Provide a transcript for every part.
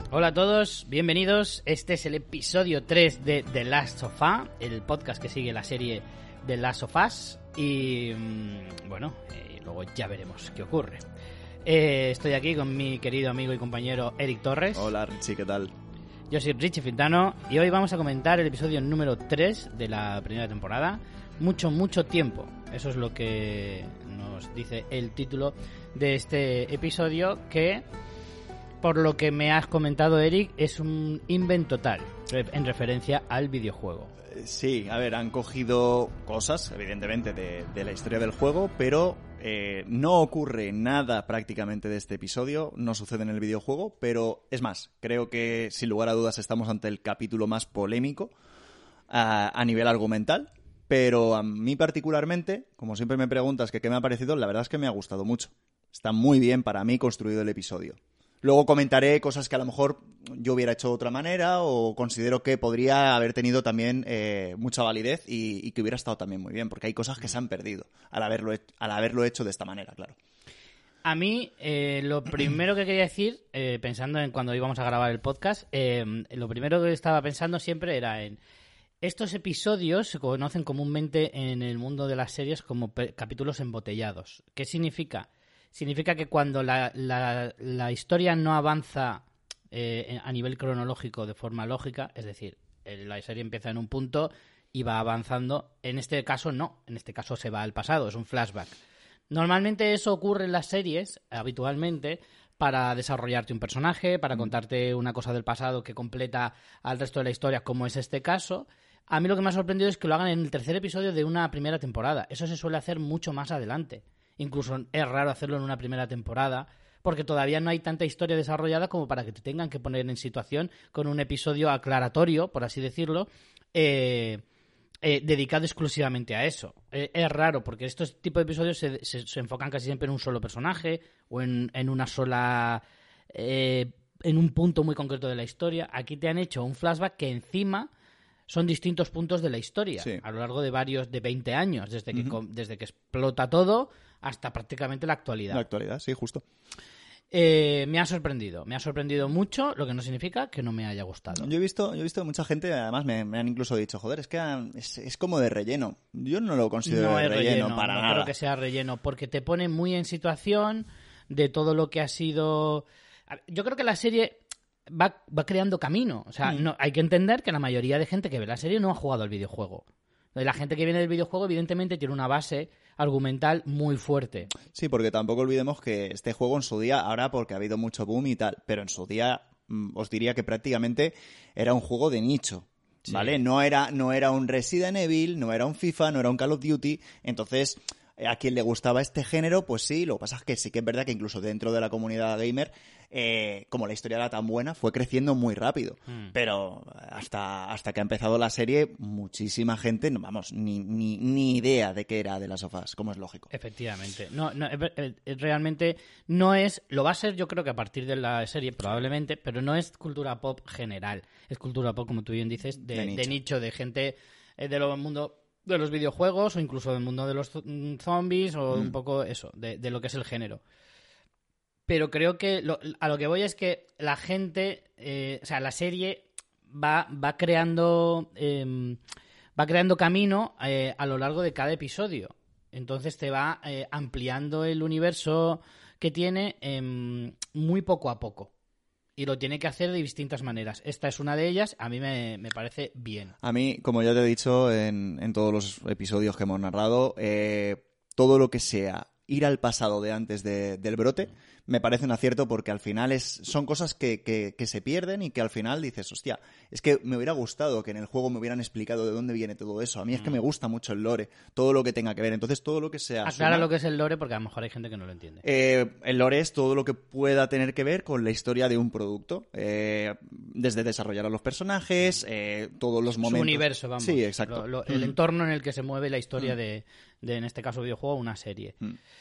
Hola a todos, bienvenidos. Este es el episodio 3 de The Last of Us, el podcast que sigue la serie The Last of Us. Y bueno, luego ya veremos qué ocurre. Estoy aquí con mi querido amigo y compañero Eric Torres. Hola Richie, ¿qué tal? Yo soy Richie Fintano y hoy vamos a comentar el episodio número 3 de la primera temporada. Mucho tiempo. Eso es lo que nos dice el título de este episodio, que, por lo que me has comentado, Eric, es un invent total en referencia al videojuego. Sí, a ver, han cogido cosas, evidentemente, de la historia del juego, pero no ocurre nada prácticamente de este episodio, no sucede en el videojuego, pero es más, creo que sin lugar a dudas estamos ante el capítulo más polémico a nivel argumental. Pero a mí particularmente, como siempre me preguntas que qué me ha parecido, la verdad es que me ha gustado mucho. Está muy bien para mí construido el episodio. Luego comentaré cosas que a lo mejor yo hubiera hecho de otra manera o considero que podría haber tenido también mucha validez y que hubiera estado también muy bien, porque hay cosas que se han perdido al haberlo hecho de esta manera, claro. A mí, lo primero que quería decir, pensando en cuando íbamos a grabar el podcast, lo primero que estaba pensando siempre era en... Estos episodios se conocen comúnmente en el mundo de las series como capítulos embotellados. ¿Qué significa? Significa que cuando la historia no avanza a nivel cronológico de forma lógica, es decir, la serie empieza en un punto y va avanzando. En este caso no, en este caso se va al pasado, es un flashback. Normalmente eso ocurre en las series, habitualmente, para desarrollarte un personaje, para contarte una cosa del pasado que completa al resto de la historia, como es este caso. A mí lo que me ha sorprendido es que lo hagan en el tercer episodio de una primera temporada. Eso se suele hacer mucho más adelante. Incluso es raro hacerlo en una primera temporada, porque todavía no hay tanta historia desarrollada como para que te tengan que poner en situación con un episodio aclaratorio, por así decirlo, dedicado exclusivamente a eso. Es raro, porque estos tipos de episodios se enfocan casi siempre en un solo personaje o en una sola... en un punto muy concreto de la historia. Aquí te han hecho un flashback que encima son distintos puntos de la historia, sí, a lo largo de 20 años, desde que explota todo hasta prácticamente la actualidad. La actualidad, sí, justo. Me ha sorprendido mucho, lo que no significa que no me haya gustado. Yo he visto mucha gente, además me han incluso dicho, joder, es que es como de relleno. Yo no lo considero de relleno para nada. No creo que sea relleno, porque te pone muy en situación de todo lo que ha sido... Yo creo que la serie va creando camino. O sea, no, hay que entender que la mayoría de gente que ve la serie no ha jugado al videojuego. La gente que viene del videojuego evidentemente tiene una base argumental muy fuerte. Sí, porque tampoco olvidemos que este juego en su día, ahora porque ha habido mucho boom y tal, pero en su día os diría que prácticamente era un juego de nicho, ¿vale? Sí. No era un Resident Evil, no era un FIFA, no era un Call of Duty, entonces... A quien le gustaba este género, pues sí, lo que pasa es que sí que es verdad que incluso dentro de la comunidad gamer, como la historia era tan buena, fue creciendo muy rápido. Pero hasta que ha empezado la serie, muchísima gente, vamos, ni idea de qué era The Last of Us, como es lógico. Efectivamente. No, realmente no es... Lo va a ser, yo creo que a partir de la serie, probablemente, pero no es cultura pop general. Es cultura pop, como tú bien dices, de nicho, de gente del mundo... de los videojuegos o incluso del mundo de los zombies o un poco eso, de lo que es el género. Pero creo que a lo que voy es que la gente, o sea, la serie va creando camino a lo largo de cada episodio. Entonces te va ampliando el universo que tiene muy poco a poco. Y lo tiene que hacer de distintas maneras. Esta es una de ellas. A mí me parece bien. A mí, como ya te he dicho en todos los episodios que hemos narrado, todo lo que sea ir al pasado de antes del brote me parece un acierto, porque al final son cosas que se pierden y que al final dices, hostia, es que me hubiera gustado que en el juego me hubieran explicado de dónde viene todo eso. A mí es que me gusta mucho el lore, todo lo que tenga que ver. Entonces, todo lo que sea... Aclara lo que es el lore, porque a lo mejor hay gente que no lo entiende. El lore es todo lo que pueda tener que ver con la historia de un producto. Desde desarrollar a los personajes, todos los momentos... Su universo, vamos. Sí, exacto. El entorno en el que se mueve la historia de, en este caso, videojuego o una serie.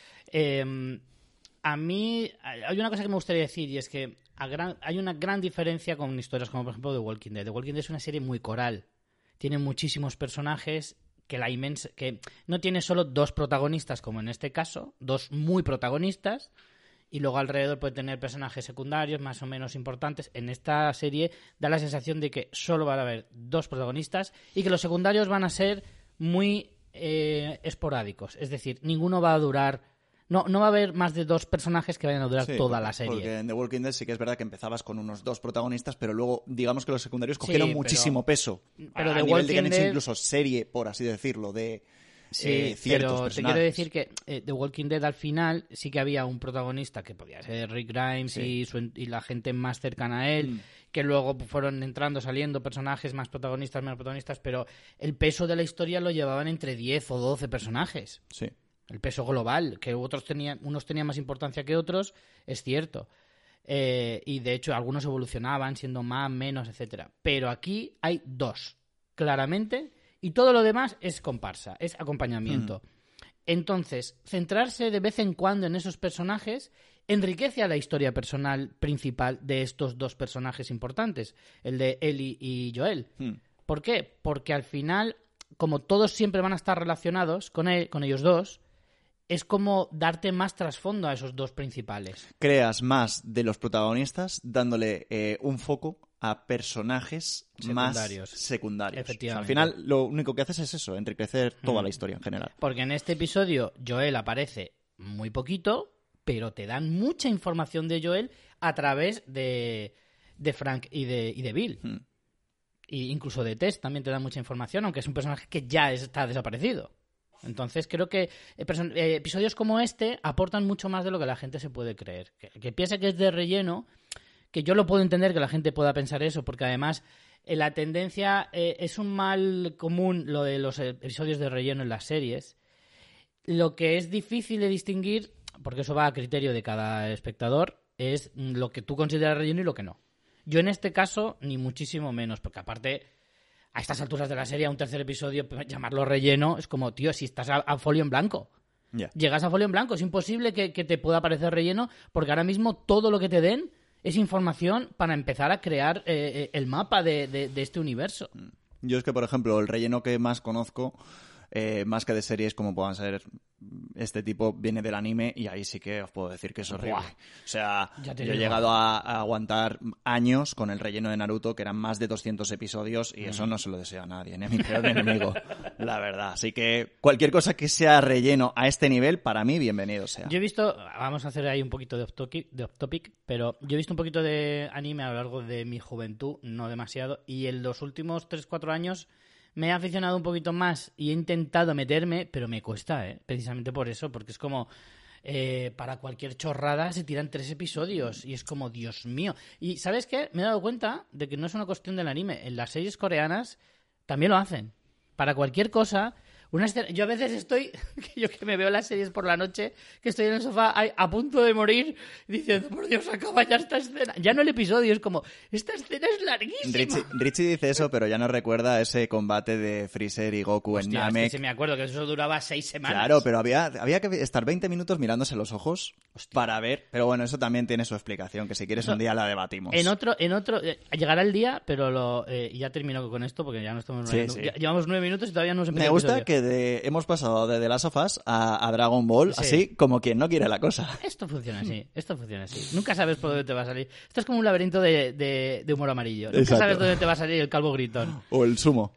A mí hay una cosa que me gustaría decir, y es que hay una gran diferencia con historias como, por ejemplo, The Walking Dead. The Walking Dead es una serie muy coral. Tiene muchísimos personajes que no tiene solo dos protagonistas, como en este caso, dos muy protagonistas, y luego alrededor puede tener personajes secundarios más o menos importantes. En esta serie da la sensación de que solo van a haber 2 protagonistas y que los secundarios van a ser muy esporádicos. Es decir, ninguno va a durar... No va a haber más de 2 personajes que vayan a durar toda la serie. Porque en The Walking Dead sí que es verdad que empezabas con unos 2 protagonistas, pero luego digamos que los secundarios cogieron muchísimo peso. Pero a The nivel Walking de que han hecho Dead... incluso serie, por así decirlo, de ciertos pero personajes. te quiero decir que The Walking Dead al final sí que había un protagonista que podía ser Rick Grimes y la gente más cercana a él, que luego fueron entrando, saliendo personajes más protagonistas, menos protagonistas, pero el peso de la historia lo llevaban entre 10 o 12 personajes. Sí. El peso global, que unos tenían más importancia que otros, es cierto. Y de hecho algunos evolucionaban siendo más, menos, etcétera. Pero aquí hay 2, claramente, y todo lo demás es comparsa, es acompañamiento. Entonces, centrarse de vez en cuando en esos personajes enriquece a la historia personal principal de estos 2 personajes importantes, el de Ellie y Joel. ¿Por qué? Porque al final, como todos siempre van a estar relacionados con ellos 2, es como darte más trasfondo a esos 2 principales. Creas más de los protagonistas dándole un foco a personajes secundarios. más secundarios. Efectivamente. O sea, al final lo único que haces es eso, enriquecer toda la historia en general. Porque en este episodio Joel aparece muy poquito, pero te dan mucha información de Joel a través de Frank y de Bill. Y incluso de Tess también te dan mucha información, aunque es un personaje que ya está desaparecido. Entonces creo que episodios como este aportan mucho más de lo que la gente se puede creer. Que piense que es de relleno, que yo lo puedo entender que la gente pueda pensar eso, porque además la tendencia es un mal común lo de los episodios de relleno en las series. Lo que es difícil de distinguir, porque eso va a criterio de cada espectador, es lo que tú consideras relleno y lo que no. Yo en este caso ni muchísimo menos, porque aparte... A estas alturas de la serie, a un tercer episodio, llamarlo relleno, es como, tío, si estás a folio en blanco. Yeah. Llegas a folio en blanco, es imposible que te pueda parecer relleno, porque ahora mismo todo lo que te den es información para empezar a crear el mapa de este universo. Yo es que, por ejemplo, el relleno que más conozco, más que de series como puedan ser este tipo, viene del anime y ahí sí que os puedo decir que es horrible. Buah. O sea, yo digo. he llegado a aguantar años con el relleno de Naruto, que eran más de 200 episodios y eso no se lo deseo a nadie, ni a mi peor enemigo, la verdad. Así que cualquier cosa que sea relleno a este nivel, para mí, bienvenido sea. Yo he visto, vamos a hacer ahí un poquito de off-topic, pero yo he visto un poquito de anime a lo largo de mi juventud, no demasiado, y en los últimos 3-4 años... Me he aficionado un poquito más y he intentado meterme, pero me cuesta, precisamente por eso, porque es como, para cualquier chorrada se tiran 3 episodios y es como, Dios mío. Y ¿sabes qué? Me he dado cuenta de que no es una cuestión del anime. En las series coreanas también lo hacen. Para cualquier cosa... Yo a veces estoy, yo que me veo las series por la noche, que estoy en el sofá a punto de morir, diciendo, por Dios, acaba ya esta escena. Ya no el episodio, es como, esta escena es larguísima. Richie dice eso, pero ya nos recuerda ese combate de Freezer y Goku en Namek. Es que sí me acuerdo que eso duraba 6 semanas. Claro, pero había que estar 20 minutos mirándose los ojos para ver. Pero bueno, eso también tiene su explicación, que si quieres un día la debatimos. En otro llegará el día, pero ya termino con esto, porque ya no estamos... Sí. Llevamos 9 minutos y todavía no hemos empezado. Me gusta que hemos pasado de The Last of Us a Dragon Ball, sí. Así como quien no quiere la cosa. Esto funciona así. Nunca sabes por dónde te va a salir. Esto es como un laberinto de humor amarillo. Nunca sabes dónde te va a salir el calvo gritón. O el sumo.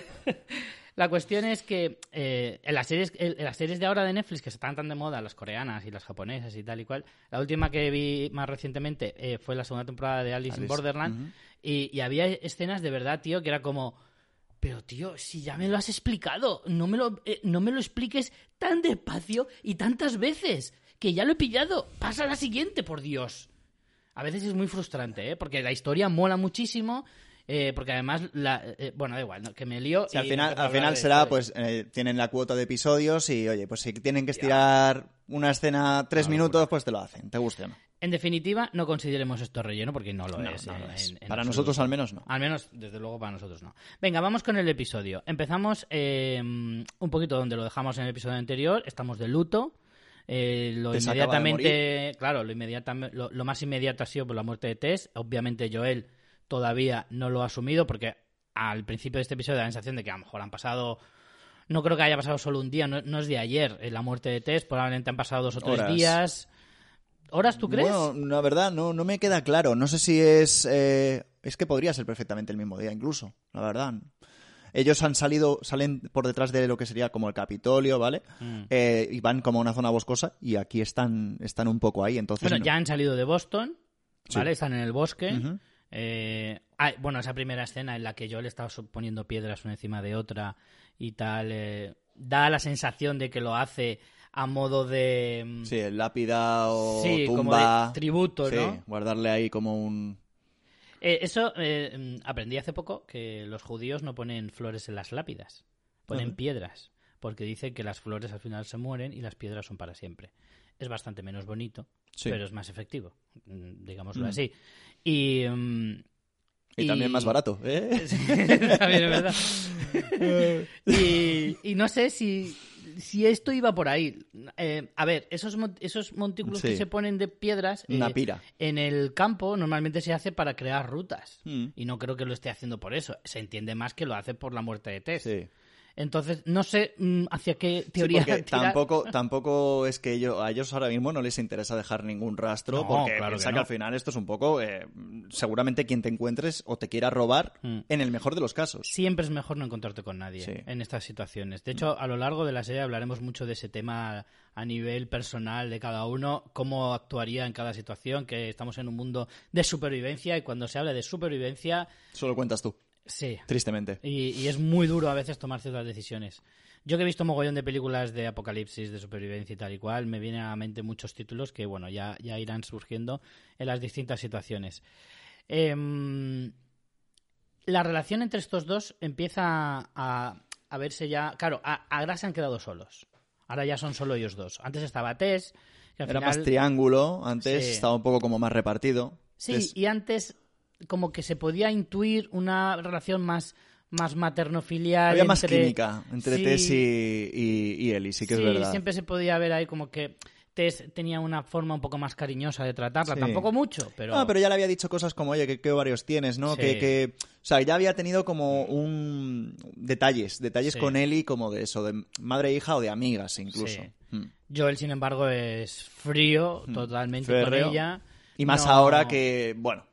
La cuestión es que en las series de ahora de Netflix, que están tan de moda, las coreanas y las japonesas y tal y cual, la última que vi más recientemente fue la segunda temporada de Alice in Borderland, y había escenas de verdad, tío, que era como... Pero, tío, si ya me lo has explicado, no me lo expliques tan despacio y tantas veces, que ya lo he pillado. Pasa a la siguiente, por Dios. A veces es muy frustrante, porque la historia mola muchísimo, porque además, bueno, da igual, ¿no? Que me lío. Sí, al final será, pues, tienen la cuota de episodios y, oye, pues si tienen que estirar una escena 3 minutos, pues te lo hacen, te guste o no. En definitiva, no consideremos esto relleno porque no lo es. Para nosotros al menos no. Al menos, desde luego, para nosotros no. Venga, vamos con el episodio. Empezamos un poquito donde lo dejamos en el episodio anterior. Estamos de luto. Lo más inmediato ha sido por la muerte de Tess. Obviamente Joel todavía no lo ha asumido porque al principio de este episodio da la sensación de que a lo mejor han pasado... No creo que haya pasado solo un día, no es de ayer la muerte de Tess. Probablemente han pasado 2 o 3 días... ¿Horas tú crees? Bueno, la verdad no me queda claro. No sé si es... es que podría ser perfectamente el mismo día incluso, la verdad. Ellos salen por detrás de lo que sería como el Capitolio, ¿vale? Y van como a una zona boscosa y aquí están un poco ahí, entonces... Bueno, ya han salido de Boston, ¿vale? Sí. Están en el bosque. Uh-huh. Bueno, esa primera escena en la que Joel estaba poniendo piedras una encima de otra y tal, da la sensación de que lo hace a modo de... Sí, el lápida o sí, tumba. como de tributo, sí, ¿no? Guardarle ahí como un... Eso aprendí hace poco, que los judíos no ponen flores en las lápidas, ponen piedras, porque dicen que las flores al final se mueren y las piedras son para siempre. Es bastante menos bonito, sí, pero es más efectivo, digámoslo así. Y también más barato, ¿eh? Sí, también es verdad. y no sé si esto iba por ahí. A ver, esos montículos Sí. que se ponen de piedras Una pira. en el campo normalmente se hace para crear rutas. Mm. Y no creo que lo esté haciendo por eso. Se entiende más que lo hace por la muerte de Tess. Sí. Entonces, no sé hacia qué Sí, teoría porque tirar. tampoco es que a ellos ahora mismo no les interesa dejar ningún rastro, No, porque claro piensa que que no. al final esto es un poco, seguramente quien te encuentres o te quiera robar en el mejor de los casos. Siempre es mejor no encontrarte con nadie Sí. en estas situaciones. De hecho, a lo largo de la serie hablaremos mucho de ese tema a nivel personal de cada uno, cómo actuaría en cada situación, que estamos en un mundo de supervivencia y cuando se habla de supervivencia, Solo cuentas tú, sí. tristemente. Y es muy duro a veces tomar ciertas decisiones. Yo que he visto mogollón de películas de apocalipsis, de supervivencia y tal y cual, me vienen a la mente muchos títulos que, bueno, ya irán surgiendo en las distintas situaciones. La relación entre estos dos empieza a verse ya... Claro, ahora se han quedado solos. Ahora ya son solo ellos dos. Antes estaba Tess, que al Era final... más triángulo, antes Sí. estaba un poco como más repartido. Sí, Tess- y antes como que se podía intuir una relación más materno-filial. Había más entre... química entre Sí. Tess y Ellie, sí que es verdad. Siempre se podía ver ahí como que Tess tenía una forma un poco más cariñosa de tratarla. Sí. Tampoco mucho, pero... No, pero ya le había dicho cosas como, oye, ¿qué ovarios tienes, no? Sí. O sea, ya había tenido como detalles Sí. con Ellie como de eso, de madre e hija o de amigas incluso. Sí. Joel, sin embargo, es frío totalmente Férreo. con ella. Y más No- ahora que, bueno,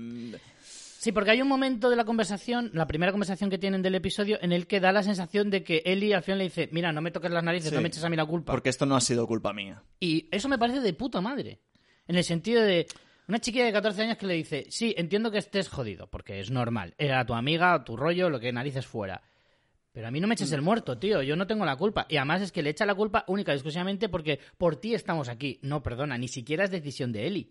Sí, porque hay un momento de la conversación, la primera conversación que tienen del episodio, en el que da la sensación de que Ellie al final le dice, mira, no me toques las narices, Sí. no me eches a mí la culpa. porque esto no ha sido culpa mía. Y eso me parece de puta madre. En el sentido de una chiquilla de 14 años que le dice, sí, entiendo que estés jodido, porque es normal. Era tu amiga, tu rollo, lo que narices fuera. Pero a mí no me eches el muerto, tío. Yo no tengo la culpa. Y además es que le echa la culpa única y exclusivamente porque por ti estamos aquí. No, perdona, ni siquiera es decisión de Ellie.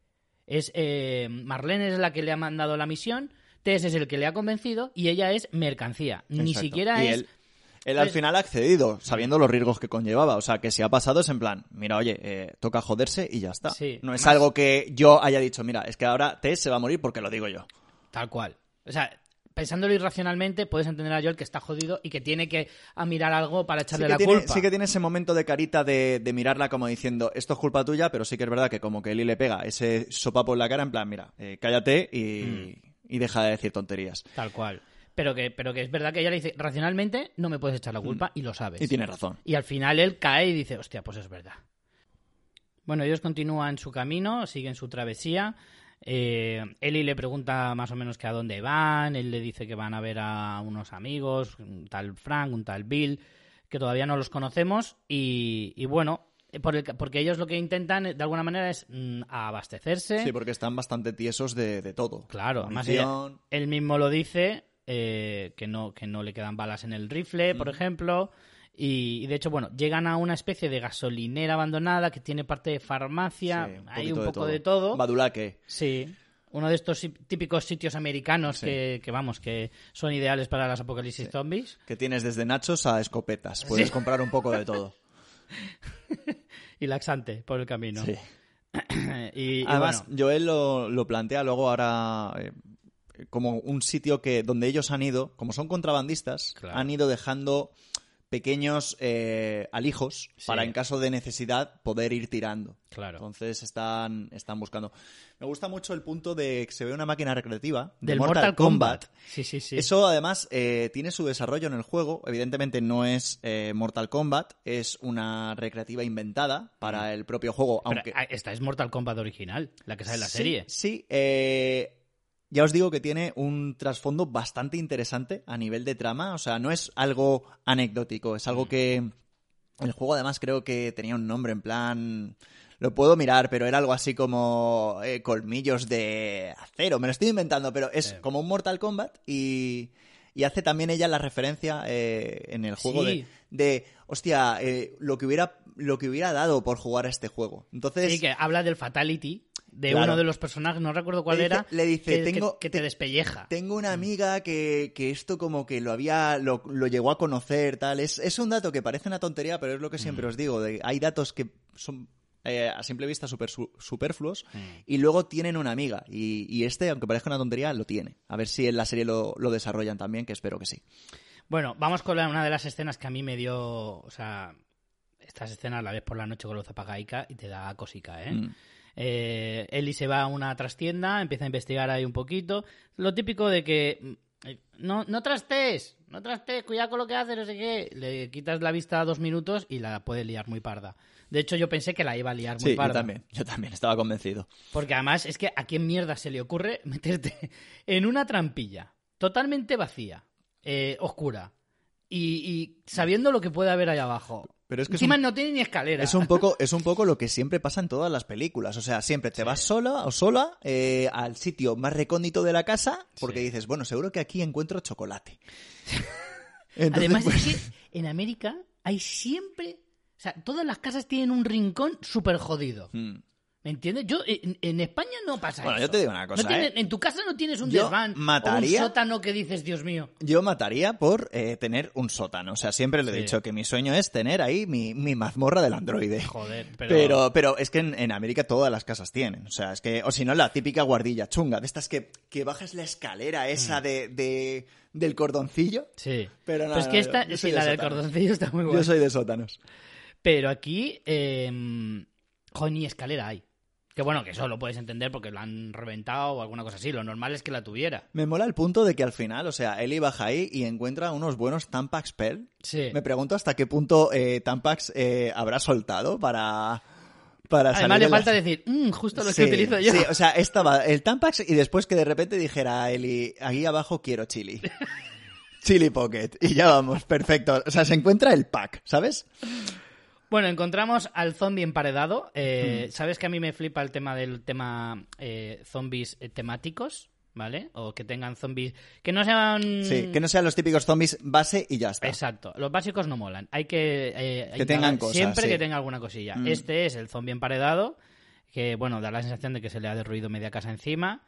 Marlene es la que le ha mandado la misión, Tess es el que le ha convencido y ella es mercancía. Ni Exacto. siquiera Y es... él al final ha accedido, sabiendo los riesgos que conllevaba. O sea, que si ha pasado es en plan, mira, oye, toca joderse y ya está. Sí, No es más- algo que yo haya dicho, mira, es que ahora Tess se va a morir porque lo digo yo. Tal cual. O sea, pensándolo irracionalmente, puedes entender a Joel que está jodido y que tiene que mirar algo para echarle la culpa. Sí que tiene ese momento de carita de mirarla como diciendo, esto es culpa tuya, pero sí que es verdad que como que Ellie le pega ese sopapo en la cara, en plan, mira, cállate y deja de decir tonterías. Tal cual. Pero que es verdad que ella le dice, racionalmente no me puedes echar la culpa y lo sabes. Y tiene razón. Y al final él cae y dice, hostia, pues es verdad. Bueno, ellos continúan su camino, siguen su travesía. Ellie le pregunta más o menos que a dónde van. Él le dice que van a ver a unos amigos, un tal Frank, un tal Bill, que todavía no los conocemos. Y bueno, porque ellos lo que intentan de alguna manera es abastecerse. Sí, porque están bastante tiesos de todo. Claro, además Munición. él mismo lo dice, que no le quedan balas en el rifle, por ejemplo. Y de hecho, bueno, llegan a una especie de gasolinera abandonada que tiene parte de farmacia, Sí, hay poquito un poco de todo. Badulaque. Sí, uno de estos típicos sitios americanos Sí. que son ideales para las apocalipsis zombies. Que tienes desde nachos a escopetas. Puedes comprar un poco de todo. Y laxante por el camino. Sí. y Además, bueno, Joel lo plantea luego ahora como un sitio donde ellos han ido, como son contrabandistas, Claro. han ido dejando pequeños alijos para, en caso de necesidad, poder ir tirando. Claro. Entonces están buscando. Me gusta mucho el punto de que se ve una máquina recreativa del Mortal Kombat. Sí. Eso, además, tiene su desarrollo en el juego. Evidentemente no es Mortal Kombat, es una recreativa inventada para el propio juego. Pero aunque esta es Mortal Kombat original, la que sale en la serie. Sí, ya os digo que tiene un trasfondo bastante interesante a nivel de trama. O sea, no es algo anecdótico, es algo que... El juego, además, creo que tenía un nombre en plan... Lo puedo mirar, pero era algo así como colmillos de acero. Me lo estoy inventando, pero es como un Mortal Kombat y hace también ella la referencia en el juego de hostia, lo que hubiera dado por jugar a este juego. Entonces, sí, que habla del fatality de claro, uno de los personajes, no recuerdo cuál era, le dice, que te despelleja. Tengo una amiga que esto como que lo llegó a conocer, tal. Es un dato que parece una tontería, pero es lo que siempre os digo. Hay datos que son... a simple vista superfluos y luego tienen una amiga y aunque parezca una tontería, lo tiene. A ver si en la serie lo desarrollan también, que espero que sí. Bueno, vamos con una de las escenas que a mí me dio, o sea, estas escenas la ves por la noche con luz apagaica y te da cosica, Ellie se va a una trastienda, empieza a investigar ahí un poquito, lo típico de que no trastees, cuidado con lo que haces, no sé qué, le quitas la vista a 2 minutos y la puede liar muy parda. De hecho, yo pensé que la iba a liar muy parda. Yo también estaba convencido. Porque además es que a quién mierda se le ocurre meterte en una trampilla totalmente vacía, oscura, y sabiendo lo que puede haber ahí abajo. Pero es que encima no tiene ni escalera. Es un poco lo que siempre pasa en todas las películas. O sea, siempre te vas sola o sola al sitio más recóndito de la casa porque dices, bueno, seguro que aquí encuentro chocolate. Entonces, además es que en América hay siempre... O sea, todas las casas tienen un rincón súper jodido. ¿Me entiendes? Yo en España no pasa eso. Bueno, yo te digo una cosa, En tu casa no tienes un desván o un sótano que dices, Dios mío. Yo mataría por tener un sótano. O sea, siempre le he dicho que mi sueño es tener ahí mi mazmorra del androide. Joder, pero es que en América todas las casas tienen. O sea, es que... O si no, la típica guardilla chunga. De estas que bajas la escalera esa del cordoncillo. Sí. Pero no, pues que esta, sí, la del cordoncillo está muy buena. Yo soy de sótanos. Pero aquí, ni escalera hay. Que bueno, que eso lo puedes entender porque lo han reventado o alguna cosa así. Lo normal es que la tuviera. Me mola el punto de que al final, o sea, Ellie baja ahí y encuentra unos buenos Tampax Pearl. Sí. Me pregunto hasta qué punto Tampax habrá soltado para además le falta decir, justo lo que utilizo yo. Sí, o sea, estaba el Tampax y después que de repente dijera Ellie, aquí abajo quiero chili. Chili Pocket. Y ya vamos, perfecto. O sea, se encuentra el pack, ¿sabes? Bueno, encontramos al zombie emparedado. ¿Sabes que a mí me flipa el tema zombies temáticos? ¿Vale? O que tengan zombies... Que no sean... Sí, que no sean los típicos zombies base y ya está. Exacto. Los básicos no molan. Hay que tengan cosas. Siempre que tenga alguna cosilla. Este es el zombie emparedado, que, bueno, da la sensación de que se le ha derruido media casa encima.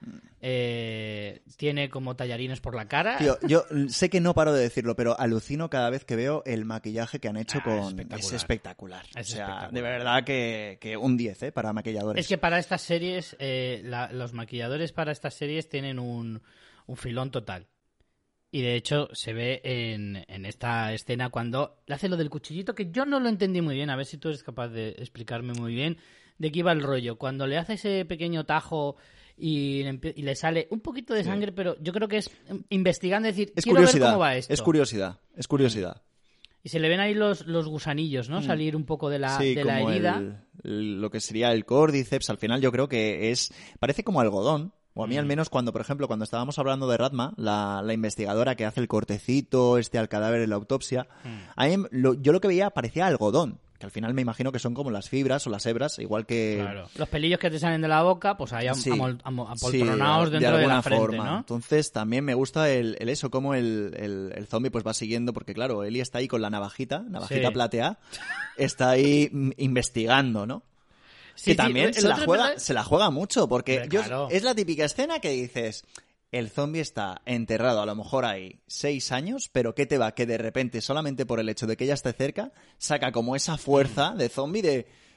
Tiene como tallarines por la cara. Tío, yo sé que no paro de decirlo, pero alucino cada vez que veo el maquillaje que han hecho Es espectacular. Espectacular. De verdad que un 10, para maquilladores. Es que para estas series, los maquilladores para estas series tienen un filón total. Y de hecho se ve en esta escena cuando le hace lo del cuchillito, que yo no lo entendí muy bien. A ver si tú eres capaz de explicarme muy bien de qué iba el rollo. Cuando le hace ese pequeño tajo y le sale un poquito de sangre, pero yo creo que es investigando, decir, quiero ver cómo va esto. Es curiosidad. Y se le ven ahí los gusanillos, ¿no? Salir un poco de la herida. Lo que sería el córdiceps, al final yo creo que parece como algodón. O a mí al menos cuando estábamos hablando de Ratma, la investigadora que hace el cortecito al cadáver en la autopsia, a mí yo lo que veía parecía algodón. Que al final me imagino que son como las fibras o las hebras, igual que... Claro. Los pelillos que te salen de la boca, pues ahí apoltronados dentro de la frente, forma, ¿no? Entonces también me gusta el eso, como el zombie pues va siguiendo, porque claro, Ellie está ahí con la navajita plateada, está ahí investigando, ¿no? Sí, que también se la juega mucho, porque claro, es la típica escena que dices... El zombie está enterrado, a lo mejor hay 6 años, pero ¿qué te va? Que de repente, solamente por el hecho de que ella esté cerca, saca como esa fuerza de zombie de...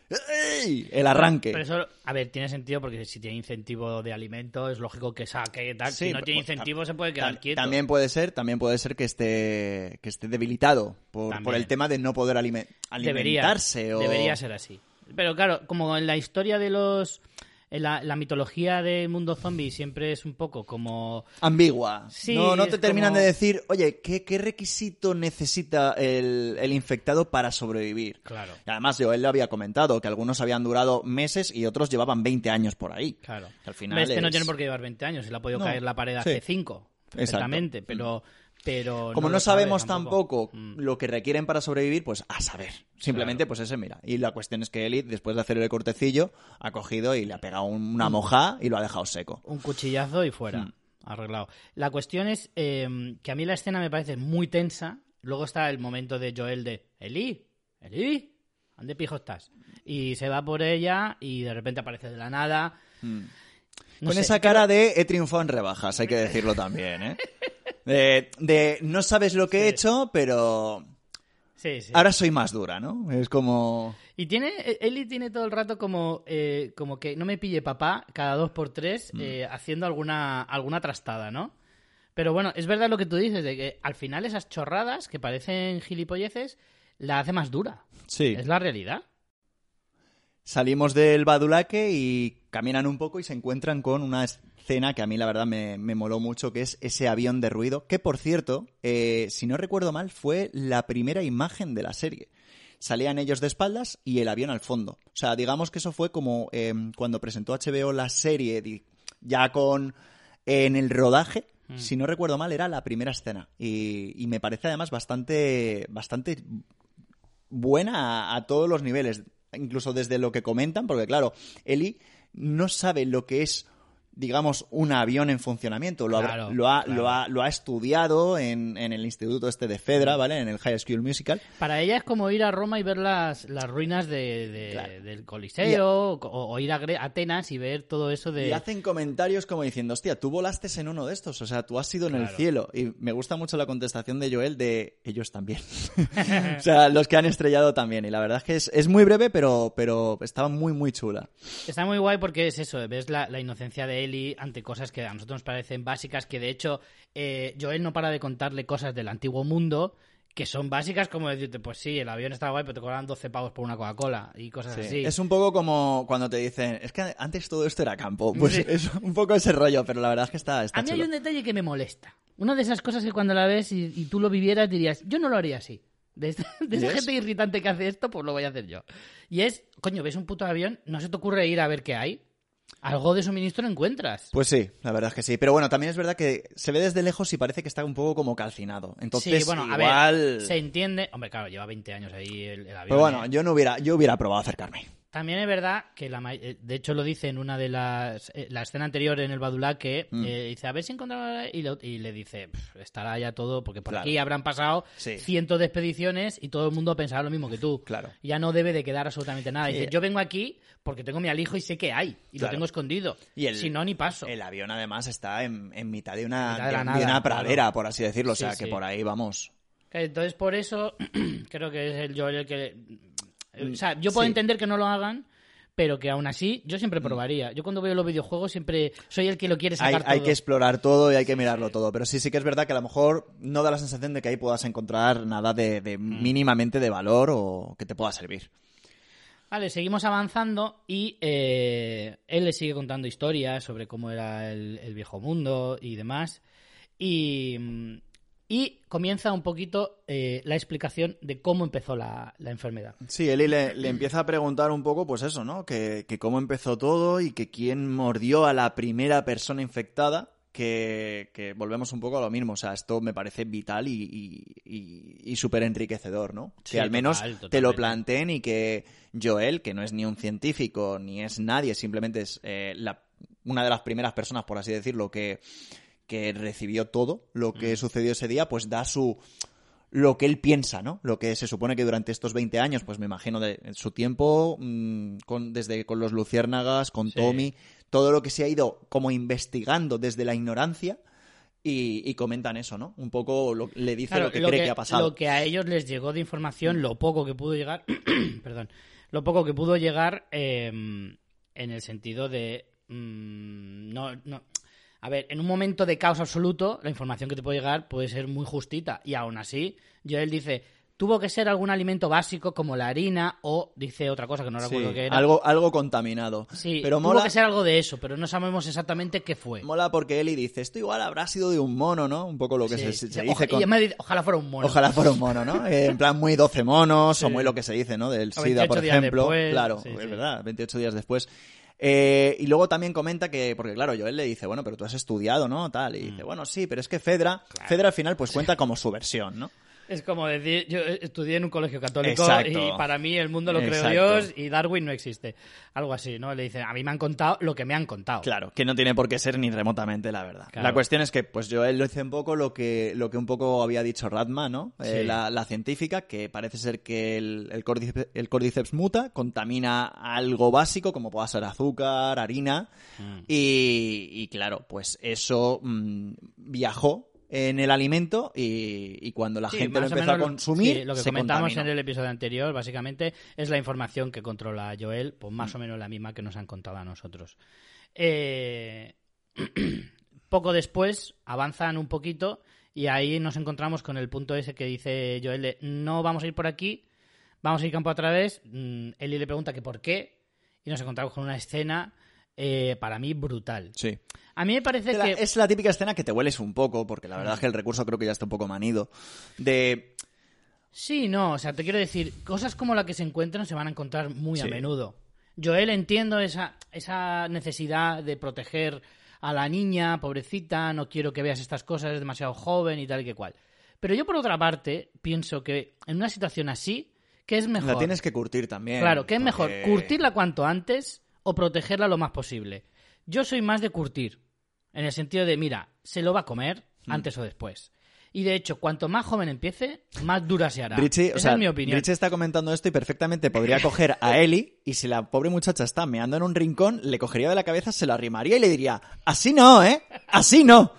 ¡Ey! El arranque. Pero eso, a ver, tiene sentido porque si tiene incentivo de alimento es lógico que saque tal. Sí, si no tiene incentivo se puede quedar quieto. También puede ser que esté debilitado por el tema de no poder alimentarse. Debería ser así. Pero claro, como en la historia de los... La mitología del mundo zombie siempre es un poco como... ambigua. Sí, no te terminan como... de decir, oye, ¿qué requisito necesita el infectado para sobrevivir? Claro. Y además, yo él lo había comentado, que algunos habían durado meses y otros llevaban 20 años por ahí. Claro. Que al final no tiene por qué llevar 20 años, se le ha podido caer la pared hace 5, perfectamente, pero como no sabemos tampoco. tampoco lo que requieren para sobrevivir, pues a saber. Simplemente, pues ese, mira. Y la cuestión es que Ellie, después de hacer el cortecillo, ha cogido y le ha pegado una mojá y lo ha dejado seco. Un cuchillazo y fuera. Arreglado. La cuestión es que a mí la escena me parece muy tensa. Luego está el momento de Joel de Ellie, ¿dónde pijo estás? Y se va por ella y de repente aparece de la nada. Con esa cara de he triunfado en rebajas, hay que decirlo también, ¿eh? De no sabes lo que he hecho, pero ahora soy más dura, ¿no? Es como... Y Ellie tiene todo el rato como que no me pille papá cada 2x3 haciendo alguna trastada, ¿no? Pero bueno, es verdad lo que tú dices, de que al final esas chorradas que parecen gilipolleces la hace más dura. Sí. Es la realidad. Salimos del Badulaque y caminan un poco y se encuentran con una escena que a mí la verdad me moló mucho, que es ese avión de ruido, que por cierto, si no recuerdo mal, fue la primera imagen de la serie. Salían ellos de espaldas y el avión al fondo. O sea, digamos que eso fue como cuando presentó HBO la serie ya en el rodaje, si no recuerdo mal, era la primera escena. Y me parece además bastante buena a todos los niveles. Incluso desde lo que comentan, porque claro, Ellie no sabe lo que es, digamos, un avión en funcionamiento. Lo ha estudiado en el instituto de Fedra, ¿vale? En el High School Musical. Para ella es como ir a Roma y ver las ruinas del Coliseo, o ir a Atenas y ver todo eso de... Y hacen comentarios como diciendo, hostia, tú volaste en uno de estos, o sea, tú has sido en el cielo. Y me gusta mucho la contestación de Joel de ellos también. O sea, los que han estrellado también. Y la verdad es que es muy breve, pero estaba muy, muy chula. Está muy guay porque es eso, ves la inocencia de Ellie ante cosas que a nosotros nos parecen básicas, que de hecho Joel no para de contarle cosas del antiguo mundo que son básicas, como decirte, pues sí, el avión está guay, pero te cobran 12 pavos por una Coca-Cola y cosas así. Es un poco como cuando te dicen, es que antes todo esto era campo. Pues es un poco ese rollo, pero la verdad es que está a mí chulo. hay un detalle que me molesta. Una de esas cosas que cuando la ves y tú lo vivieras dirías, yo no lo haría así. De esa gente irritante que hace esto, pues lo voy a hacer yo. Y es, coño, ves un puto avión, no se te ocurre ir a ver qué hay. Algo de suministro encuentras. Pues sí, la verdad es que sí. Pero bueno, también es verdad que se ve desde lejos y parece que está un poco como calcinado. Entonces, sí, bueno, igual... a ver, se entiende... Hombre, claro, lleva 20 años ahí el avión. Pero bueno, yo hubiera probado acercarme. También es verdad que, de hecho lo dice en una de la escena anterior en el Badulaque, dice, a ver si encontramos... Y le dice, estará ya todo, porque por aquí habrán pasado cientos de expediciones y todo el mundo pensará lo mismo que tú. Claro. Ya no debe de quedar absolutamente nada. Dice, yo vengo aquí porque tengo mi alijo y sé que hay, y lo tengo escondido. Si no, ni paso. El avión además está en mitad de una nada, pradera, claro. Por así decirlo, o sea, que por ahí vamos. Entonces, por eso, creo que es el Joel el que... O sea, yo puedo entender que no lo hagan, pero que aún así yo siempre probaría. Yo cuando veo los videojuegos siempre soy el que lo quiere sacar todo. Hay que explorar todo y hay que mirarlo todo. Pero sí que es verdad que a lo mejor no da la sensación de que ahí puedas encontrar nada de mínimamente de valor o que te pueda servir. Vale, seguimos avanzando y él le sigue contando historias sobre cómo era el viejo mundo y demás. Y comienza un poquito la explicación de cómo empezó la enfermedad. Sí, Ellie le empieza a preguntar un poco, pues eso, ¿no? Que cómo empezó todo y que quién mordió a la primera persona infectada, que volvemos un poco a lo mismo. O sea, esto me parece vital y súper enriquecedor, ¿no? Sí, que al menos totalmente. Te lo planteen y que Joel, que no es ni un científico ni es nadie, simplemente es una de las primeras personas, por así decirlo, que recibió todo lo que sucedió ese día, pues da lo que él piensa, ¿no? Lo que se supone que durante estos 20 años, pues me imagino de su tiempo, desde con los luciérnagas, con Tommy, todo lo que se ha ido como investigando desde la ignorancia y comentan eso, ¿no? Un poco le dice lo que cree que ha pasado. Lo que a ellos les llegó de información, lo poco que pudo llegar, perdón, lo poco que pudo llegar en el sentido de... A ver, en un momento de caos absoluto, la información que te puede llegar puede ser muy justita. Y aún así, Joel dice, tuvo que ser algún alimento básico como la harina o, dice otra cosa que no recuerdo qué era. Algo contaminado. Sí, pero tuvo que ser algo de eso, pero no sabemos exactamente qué fue. Mola porque Ellie dice, esto igual habrá sido de un mono, ¿no? Un poco lo que se dice. Y me dice, ojalá fuera un mono. Ojalá fuera un mono, ¿no? En plan muy 12 monos o muy lo que se dice, ¿no? Del SIDA, por ejemplo. Después, claro, es verdad, 28 días después. Y luego también comenta que, porque claro, Joel le dice, bueno, pero tú has estudiado, ¿no? Tal, y dice, bueno, sí, pero es que Fedra al final pues cuenta como su versión, ¿no? Es como decir, yo estudié en un colegio católico y para mí el mundo lo creó Dios y Darwin no existe. Algo así, ¿no? Le dicen, a mí me han contado lo que me han contado. Claro, que no tiene por qué ser ni remotamente la verdad. Claro. La cuestión es que, pues Joel lo dice un poco lo que un poco había dicho Radma, ¿no? Sí. La científica, que parece ser que el Cordyceps muta contamina algo básico, como pueda ser azúcar, harina, y claro, pues eso viajó en el alimento y cuando la gente lo empezó a consumir, lo que comentamos en el episodio anterior, básicamente, es la información que controla Joel, pues más o menos la misma que nos han contado a nosotros. Poco después avanzan un poquito y ahí nos encontramos con el punto ese que dice Joel de, no vamos a ir por aquí, vamos a ir campo a través. Ellie le pregunta que por qué y nos encontramos con una escena para mí brutal. Sí. A mí me parece que... Es la típica escena que te hueles un poco, porque la verdad es que el recurso creo que ya está un poco manido. Sí, no, o sea, te quiero decir, cosas como la que se encuentran se van a encontrar muy a menudo. Joel, entiendo esa necesidad de proteger a la niña, pobrecita, no quiero que veas estas cosas, es demasiado joven y tal y que cual. Pero yo, por otra parte, pienso que en una situación así, ¿qué es mejor? La tienes que curtir también. Claro, ¿qué es mejor? ¿Curtirla cuanto antes o protegerla lo más posible? Yo soy más de curtir, en el sentido de, mira, se lo va a comer antes o después. Y de hecho, cuanto más joven empiece, más dura se hará. Richie, Esa es mi opinión. Richie está comentando esto y perfectamente podría coger a Ellie y si la pobre muchacha está meando en un rincón, le cogería de la cabeza, se la arrimaría y le diría, así no, ¿eh? Así no.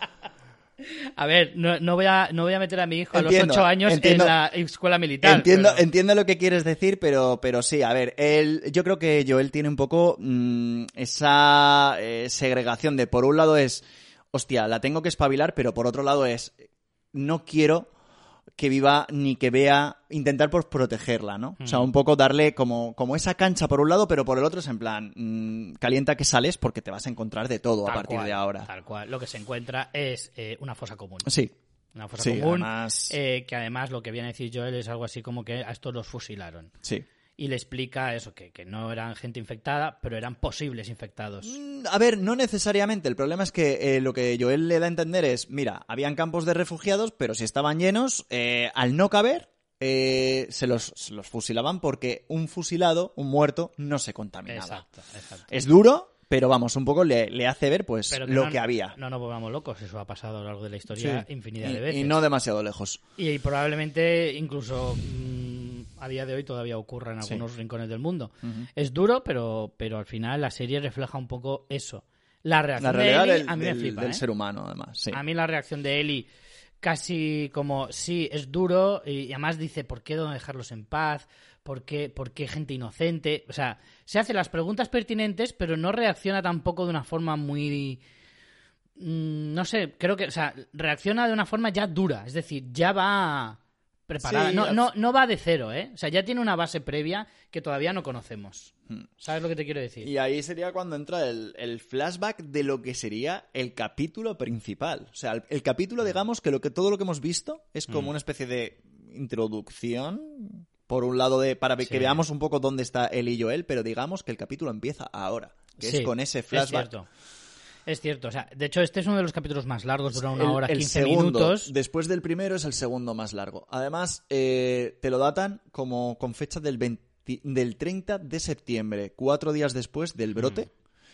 A ver, no voy a meter a mi hijo a los 8 años en la escuela militar. Entiendo lo que quieres decir, pero sí, a ver, yo creo que Joel tiene un poco esa segregación de, por un lado es, hostia, la tengo que espabilar, pero por otro lado es, no quiero que viva ni que vea, intentar por protegerla, ¿no? O sea, un poco darle como esa cancha por un lado, pero por el otro es en plan, calienta que sales porque te vas a encontrar de todo a partir de ahora. Tal cual. Lo que se encuentra es una fosa común. Sí. Una fosa común, además... que además lo que viene a decir Joel es algo así como que a estos los fusilaron. Sí. Y le explica eso, que no eran gente infectada, pero eran posibles infectados. A ver, no necesariamente. El problema es que lo que Joel le da a entender es, mira, habían campos de refugiados, pero si estaban llenos, al no caber, se los fusilaban porque un fusilado, un muerto, no se contaminaba. Exacto. Es duro, pero vamos, un poco le hace ver pues lo que había. No nos volvamos locos, eso ha pasado a lo largo de la historia infinidad de veces. Y no demasiado lejos. Y probablemente incluso... a día de hoy todavía ocurre en algunos rincones del mundo. Uh-huh. Es duro, pero al final la serie refleja un poco eso. La reacción de Ellie a mí me flipa. Del ser humano, además. Sí. A mí la reacción de Ellie casi como, sí, es duro, y además dice, ¿por qué no dejarlos en paz? ¿Por qué gente inocente? O sea, se hace las preguntas pertinentes, pero no reacciona tampoco de una forma muy... no sé, creo que... O sea, reacciona de una forma ya dura. Es decir, ya va... preparada. Sí, no va de cero, ¿eh? O sea, ya tiene una base previa que todavía no conocemos. ¿Sabes lo que te quiero decir? Y ahí sería cuando entra el flashback de lo que sería el capítulo principal. O sea, el capítulo, digamos, que todo lo que hemos visto es como una especie de introducción, por un lado, para que veamos un poco dónde está él y Joel, pero digamos que el capítulo empieza ahora, que es con ese flashback. Es cierto, o sea, de hecho este es uno de los capítulos más largos, dura 1 hora 15 minutos. Después del primero es el segundo más largo. Además, te lo datan como con fecha del 30 de septiembre, 4 días después del brote,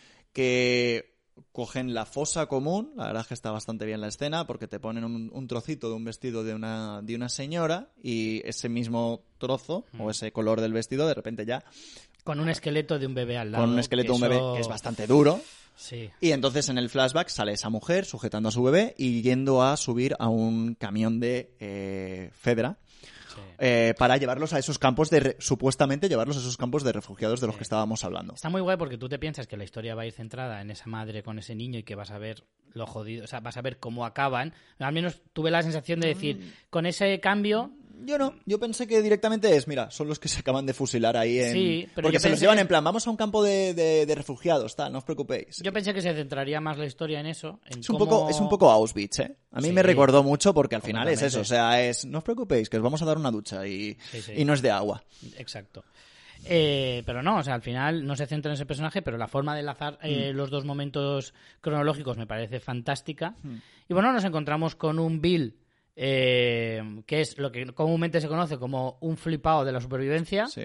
que cogen la fosa común. La verdad es que está bastante bien la escena, porque te ponen un trocito de un vestido de una señora, y ese mismo trozo, o ese color del vestido, de repente ya... Con un esqueleto de un bebé al lado. Con un esqueleto de un bebé que es bastante duro. Sí. Y entonces en el flashback sale esa mujer sujetando a su bebé y yendo a subir a un camión de Fedra para llevarlos a esos campos supuestamente llevarlos a esos campos de refugiados de los que estábamos hablando. Está muy guay porque tú te piensas que la historia va a ir centrada en esa madre con ese niño y que vas a ver lo jodido, o sea, vas a ver cómo acaban. Al menos tuve la sensación de decir, con ese cambio... Yo no, yo pensé que directamente mira, son los que se acaban de fusilar ahí en... Sí, pero porque se los llevan en plan, vamos a un campo de refugiados, tal, no os preocupéis. Yo pensé que se centraría más la historia en eso. Es un poco Auschwitz, ¿eh? A mí me recordó mucho porque al final es eso, o sea, no os preocupéis, que os vamos a dar una ducha y no es de agua. Exacto. Pero no, o sea, al final no se centra en ese personaje, pero la forma de enlazar los dos momentos cronológicos me parece fantástica. Y bueno, nos encontramos con un Bill... que es lo que comúnmente se conoce como un flipado de la supervivencia. Sí.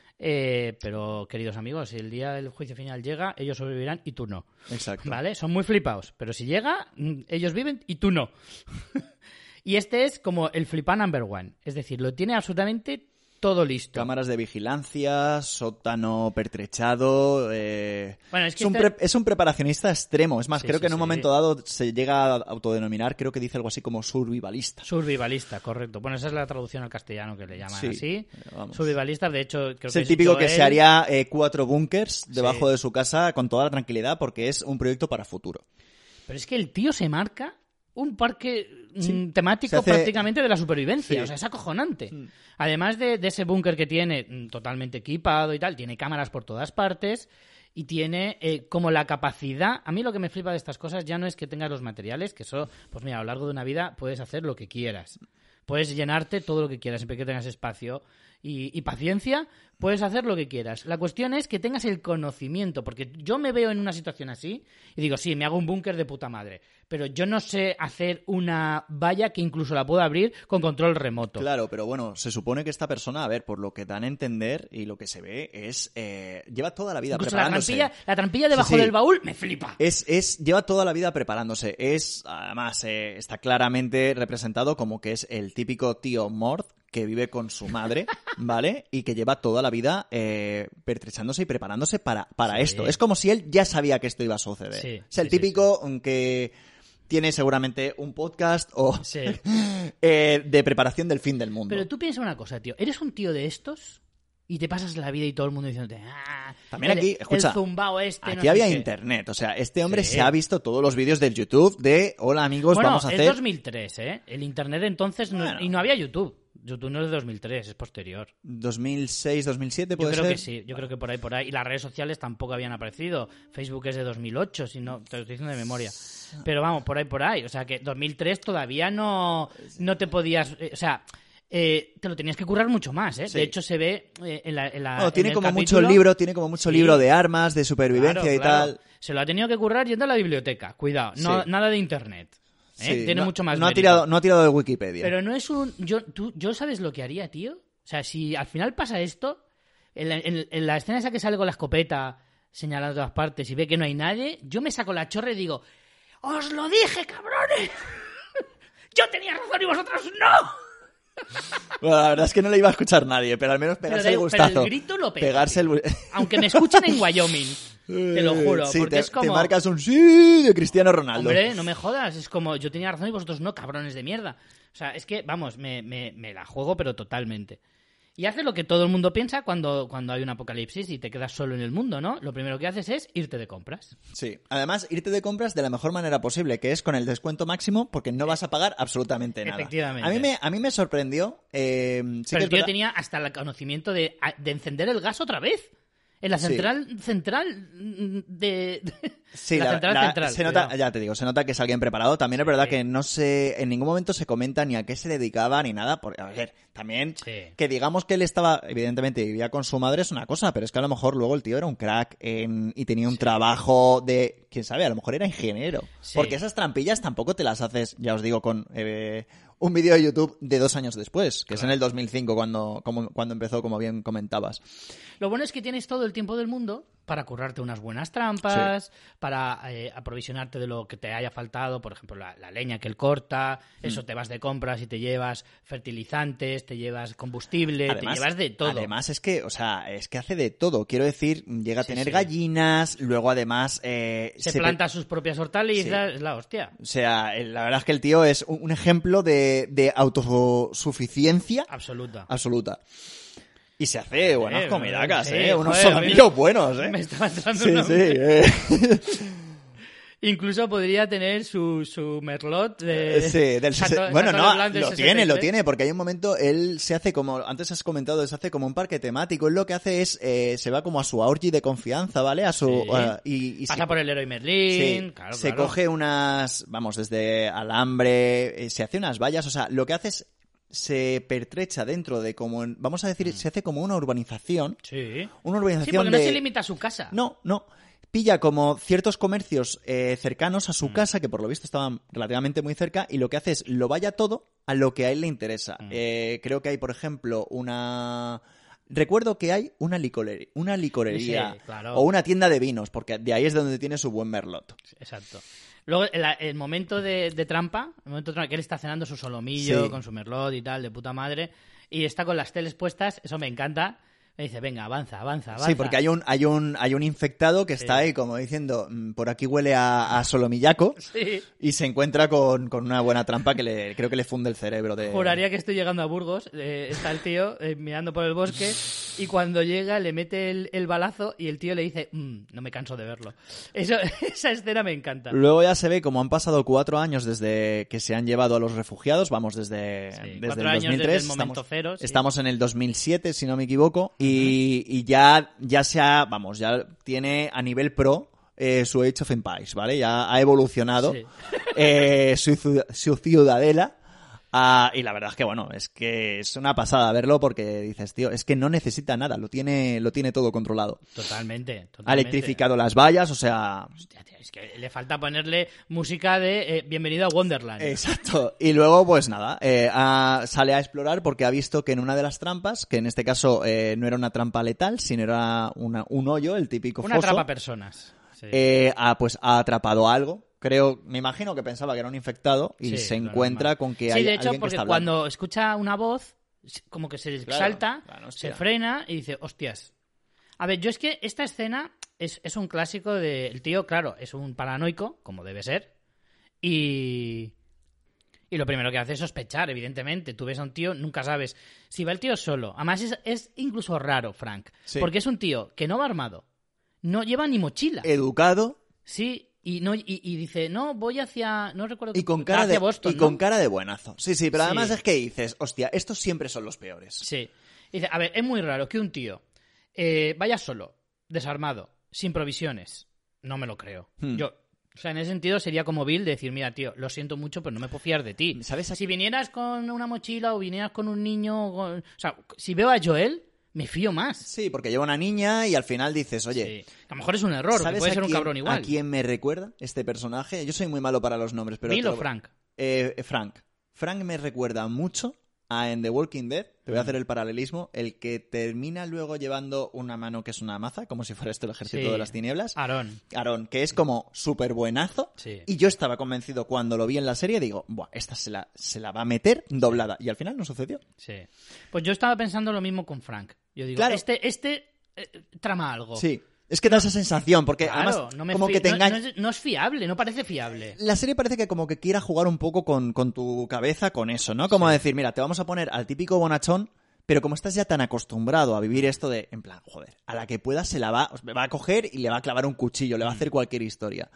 Pero, queridos amigos, si el día del juicio final llega, ellos sobrevivirán y tú no. Exacto. ¿Vale? Son muy flipados, pero si llega, ellos viven y tú no. Y este es como el flipán number one. Es decir, lo tiene absolutamente todo listo. Cámaras de vigilancia, sótano pertrechado... Bueno, es que es un preparacionista extremo. Es más, creo que en un momento dado se llega a autodenominar, creo que dice algo así como survivalista. Survivalista, correcto. Bueno, esa es la traducción al castellano que le llaman así. Vamos. Survivalista, de hecho... Creo es el típico que se haría 4 búnkers debajo de su casa con toda la tranquilidad porque es un proyecto para futuro. Pero es que el tío se marca un parque temático prácticamente de la supervivencia. O sea, es acojonante. Además de ese búnker que tiene totalmente equipado y tal, tiene cámaras por todas partes y tiene como la capacidad... A mí lo que me flipa de estas cosas ya no es que tengas los materiales, que eso, pues mira, a lo largo de una vida puedes hacer lo que quieras. Puedes llenarte todo lo que quieras, siempre que tengas espacio y paciencia, puedes hacer lo que quieras. La cuestión es que tengas el conocimiento, porque yo me veo en una situación así y digo, sí, me hago un búnker de puta madre, pero yo no sé hacer una valla que incluso la puedo abrir con control remoto. Claro, pero bueno, se supone que esta persona, a ver, por lo que dan a entender y lo que se ve, lleva toda la vida incluso preparándose. La trampilla debajo del baúl me flipa. Lleva toda la vida preparándose. Además, está claramente representado como que es el típico tío Mord que vive con su madre, ¿vale? Y que lleva toda la vida pertrechándose y preparándose para esto. Es como si él ya sabía que esto iba a suceder. Es el típico que tiene seguramente un podcast o de preparación del fin del mundo. Pero tú piensa una cosa, tío. ¿Eres un tío de estos? Y te pasas la vida y todo el mundo diciéndote... También aquí, escucha, el zumbao aquí había internet. O sea, este hombre se ha visto todos los vídeos del YouTube de hola amigos, vamos a hacer... Bueno, es 2003, ¿eh? El internet entonces... Y no había YouTube. YouTube no es de 2003, es posterior. 2006, 2007 puede ser. Yo creo que sí, yo creo que por ahí. Y las redes sociales tampoco habían aparecido. Facebook es de 2008, si no, te lo estoy diciendo de memoria. Pero vamos, por ahí. O sea, que 2003 todavía no te podías... o sea... te lo tenías que currar mucho más, ¿eh? Sí. De hecho, se ve tiene como mucho libro de armas, de supervivencia y tal. Se lo ha tenido que currar yendo a la biblioteca. Cuidado, nada de internet. Tiene mucho más mérito. No ha tirado de Wikipedia. Pero no es un... ¿Yo sabes lo que haría, tío? O sea, si al final pasa esto, en la escena esa que sale con la escopeta señalando todas partes y ve que no hay nadie, yo me saco la chorra y digo, ¡os lo dije, cabrones! ¡Yo tenía razón y vosotros no! Bueno, la verdad es que no le iba a escuchar nadie, pero al menos pegarse el gustazo. Pero el grito lo pega. Pegarse Aunque me escuchen en Wyoming. Te lo juro, sí, porque es como... te marcas un sí de Cristiano Ronaldo. Hombre, no me jodas, es como yo tenía razón y vosotros no, cabrones de mierda. O sea, es que, vamos, me la juego, pero totalmente. Y hace lo que todo el mundo piensa cuando hay un apocalipsis y te quedas solo en el mundo, ¿no? Lo primero que haces es irte de compras. Sí, además, irte de compras de la mejor manera posible, que es con el descuento máximo, porque no vas a pagar absolutamente nada. Efectivamente. A mí me sorprendió... pero el tío tenía hasta el conocimiento de encender el gas otra vez. En la central de... Sí, la central. Se nota, ya te digo, se nota que es alguien preparado. También es verdad que no sé, en ningún momento se comenta ni a qué se dedicaba ni nada. Porque, a ver, también que digamos que él estaba, evidentemente vivía con su madre es una cosa, pero es que a lo mejor luego el tío era un crack y tenía un trabajo de, quién sabe, a lo mejor era ingeniero. Porque esas trampillas tampoco te las haces, ya os digo, con un vídeo de YouTube de 2 años después, que es en el 2005 cuando empezó, como bien comentabas. Lo bueno es que tienes todo el tiempo del mundo para currarte unas buenas trampas, para aprovisionarte de lo que te haya faltado, por ejemplo, la leña que él corta, eso te vas de compras y te llevas fertilizantes, te llevas combustible, además, te llevas de todo. Además es que hace de todo. Quiero decir, llega a tener gallinas, luego además... se planta sus propias hortalizas, es la hostia. O sea, la verdad es que el tío es un ejemplo de autosuficiencia absoluta. Y se hace buenas comidacas, unos solomillos buenos, Me estaba entrando una... Incluso podría tener su merlot de... Bueno, no, lo tiene, porque hay un momento, él se hace como, antes has comentado, se hace como un parque temático. Él lo que hace es, se va como a su orgy de confianza, ¿vale? A su... y pasa por el Leroy Merlin, se coge unas, desde alambre, se hace unas vallas, o sea, lo que hace es se pertrecha dentro de como, vamos a decir, se hace como una urbanización. Sí. Una urbanización porque no se limita a su casa. No. Pilla como ciertos comercios cercanos a su casa, que por lo visto estaban relativamente muy cerca, y lo que hace es lo vaya todo a lo que a él le interesa. Creo que hay, por ejemplo, recuerdo que hay una licorería sí, claro. O una tienda de vinos, porque de ahí es donde tiene su buen merlot. Exacto. Luego, el momento de trampa, que él está cenando su solomillo con su merlot y tal, de puta madre, y está con las teles puestas, eso me encanta. Me dice, venga, avanza. Sí, porque hay un infectado que está ahí como diciendo, por aquí huele a solomillaco, y se encuentra con una buena trampa que creo que le funde el cerebro. Juraría que estoy llegando a Burgos, está el tío mirando por el bosque, y cuando llega le mete el balazo y el tío le dice, no me canso de verlo. Esa escena me encanta. Luego ya se ve como han pasado 4 años desde que se han llevado a los refugiados, desde el 2003. Desde el momento cero. Estamos en el 2007, si no me equivoco. Y ya tiene a nivel pro su Age of Empires, ¿vale? Ya ha evolucionado su ciudadela. Y la verdad es que, es que es una pasada verlo porque dices, tío, es que no necesita nada, lo tiene todo controlado. Totalmente. Ha electrificado las vallas, o sea... Hostia, tío, es que le falta ponerle música de Bienvenido a Wonderland. Exacto. Y luego, pues nada, sale a explorar porque ha visto que en una de las trampas, que en este caso no era una trampa letal, sino era un hoyo, el típico foso. Una trampa personas. Sí. Ha atrapado algo. Me imagino que pensaba que era un infectado y se encuentra con que hay alguien que está hablando. Sí, de hecho, porque cuando escucha una voz, como que se exalta, se frena y dice, hostias. A ver, yo es que esta escena es un clásico del tío, claro, es un paranoico, como debe ser, y lo primero que hace es sospechar, evidentemente. Tú ves a un tío, nunca sabes si va el tío solo. Además, es incluso raro, Frank, porque es un tío que no va armado, no lleva ni mochila. Educado. Sí. Y dice, no, voy hacia... No recuerdo... Y con cara de Boston, ¿no? Con cara de buenazo. Sí, pero además es que dices, hostia, estos siempre son los peores. Sí. Dice, a ver, es muy raro que un tío vaya solo, desarmado, sin provisiones. No me lo creo. Yo, o sea, en ese sentido sería como Bill de decir, mira, tío, lo siento mucho, pero no me puedo fiar de ti. ¿Sabes? Si vinieras con una mochila o vinieras con un niño... O sea, si veo a Joel... me fío más. Sí, porque lleva una niña y al final dices, oye... Sí. A lo mejor es un error, que puede ser un cabrón igual. ¿A quién me recuerda este personaje? Yo soy muy malo para los nombres, pero... ¿Bill o Frank? Frank. Frank me recuerda mucho a en The Walking Dead, te voy a hacer el paralelismo, el que termina luego llevando una mano que es una maza, como si fuera esto el ejército de las tinieblas. Aaron, que es como súper buenazo. Sí. Y yo estaba convencido cuando lo vi en la serie, digo, buah, esta se la va a meter doblada. Y al final no sucedió. Sí. Pues yo estaba pensando lo mismo con Frank. Yo digo, claro. Trama algo. Sí. Es que da esa sensación, porque claro, además como que te engaña... No es fiable, no parece fiable. La serie parece que como que quiera jugar un poco con tu cabeza con eso, ¿no? Como decir, mira, te vamos a poner al típico bonachón, pero como estás ya tan acostumbrado a vivir esto de, en plan, joder, a la que pueda va a coger y le va a clavar un cuchillo, le va a hacer cualquier historia.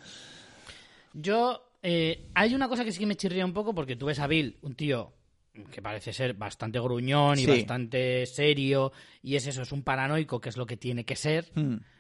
Yo... hay una cosa que sí que me chirría un poco, porque tú ves a Bill, un tío que parece ser bastante gruñón y bastante serio, y es un paranoico, que es lo que tiene que ser...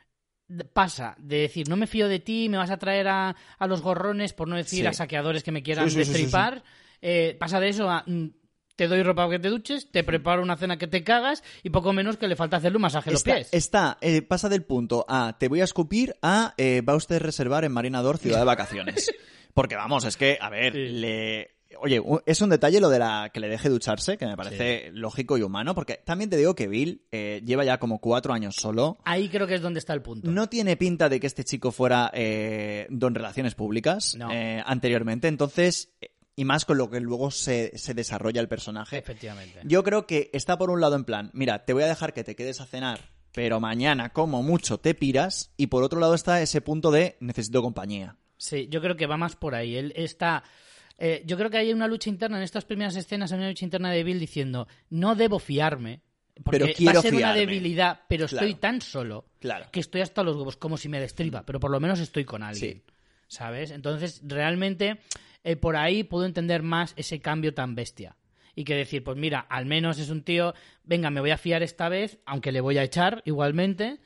Pasa de decir, no me fío de ti, me vas a traer a los gorrones, por no decir a saqueadores que me quieran destripar. Pasa de eso a te doy ropa para que te duches, te preparo una cena que te cagas y poco menos que le falta hacerle un masaje a los pies. Pasa del punto a te voy a escupir a va usted a reservar en Marinador ciudad de vacaciones. Porque vamos, es que, a ver, Oye, es un detalle lo de que le deje ducharse, que me parece lógico y humano, porque también te digo que Bill lleva ya como 4 años solo. Ahí creo que es donde está el punto. No tiene pinta de que este chico fuera don relaciones públicas anteriormente, entonces, y más con lo que luego se desarrolla el personaje. Efectivamente. Yo creo que está por un lado en plan, mira, te voy a dejar que te quedes a cenar, pero mañana como mucho te piras, y por otro lado está ese punto de necesito compañía. Sí, yo creo que va más por ahí. Él está... yo creo que hay una lucha interna, en estas primeras escenas hay una lucha interna de Bill diciendo, no debo fiarme, porque pero quiero va a ser fiarme. una debilidad, pero Claro. estoy tan solo que estoy hasta los huevos, como si me destripa, pero por lo menos estoy con alguien, ¿sabes? Entonces, realmente, por ahí puedo entender más ese cambio tan bestia. Y que decir, pues mira, al menos es un tío, venga, me voy a fiar esta vez, aunque le voy a echar igualmente,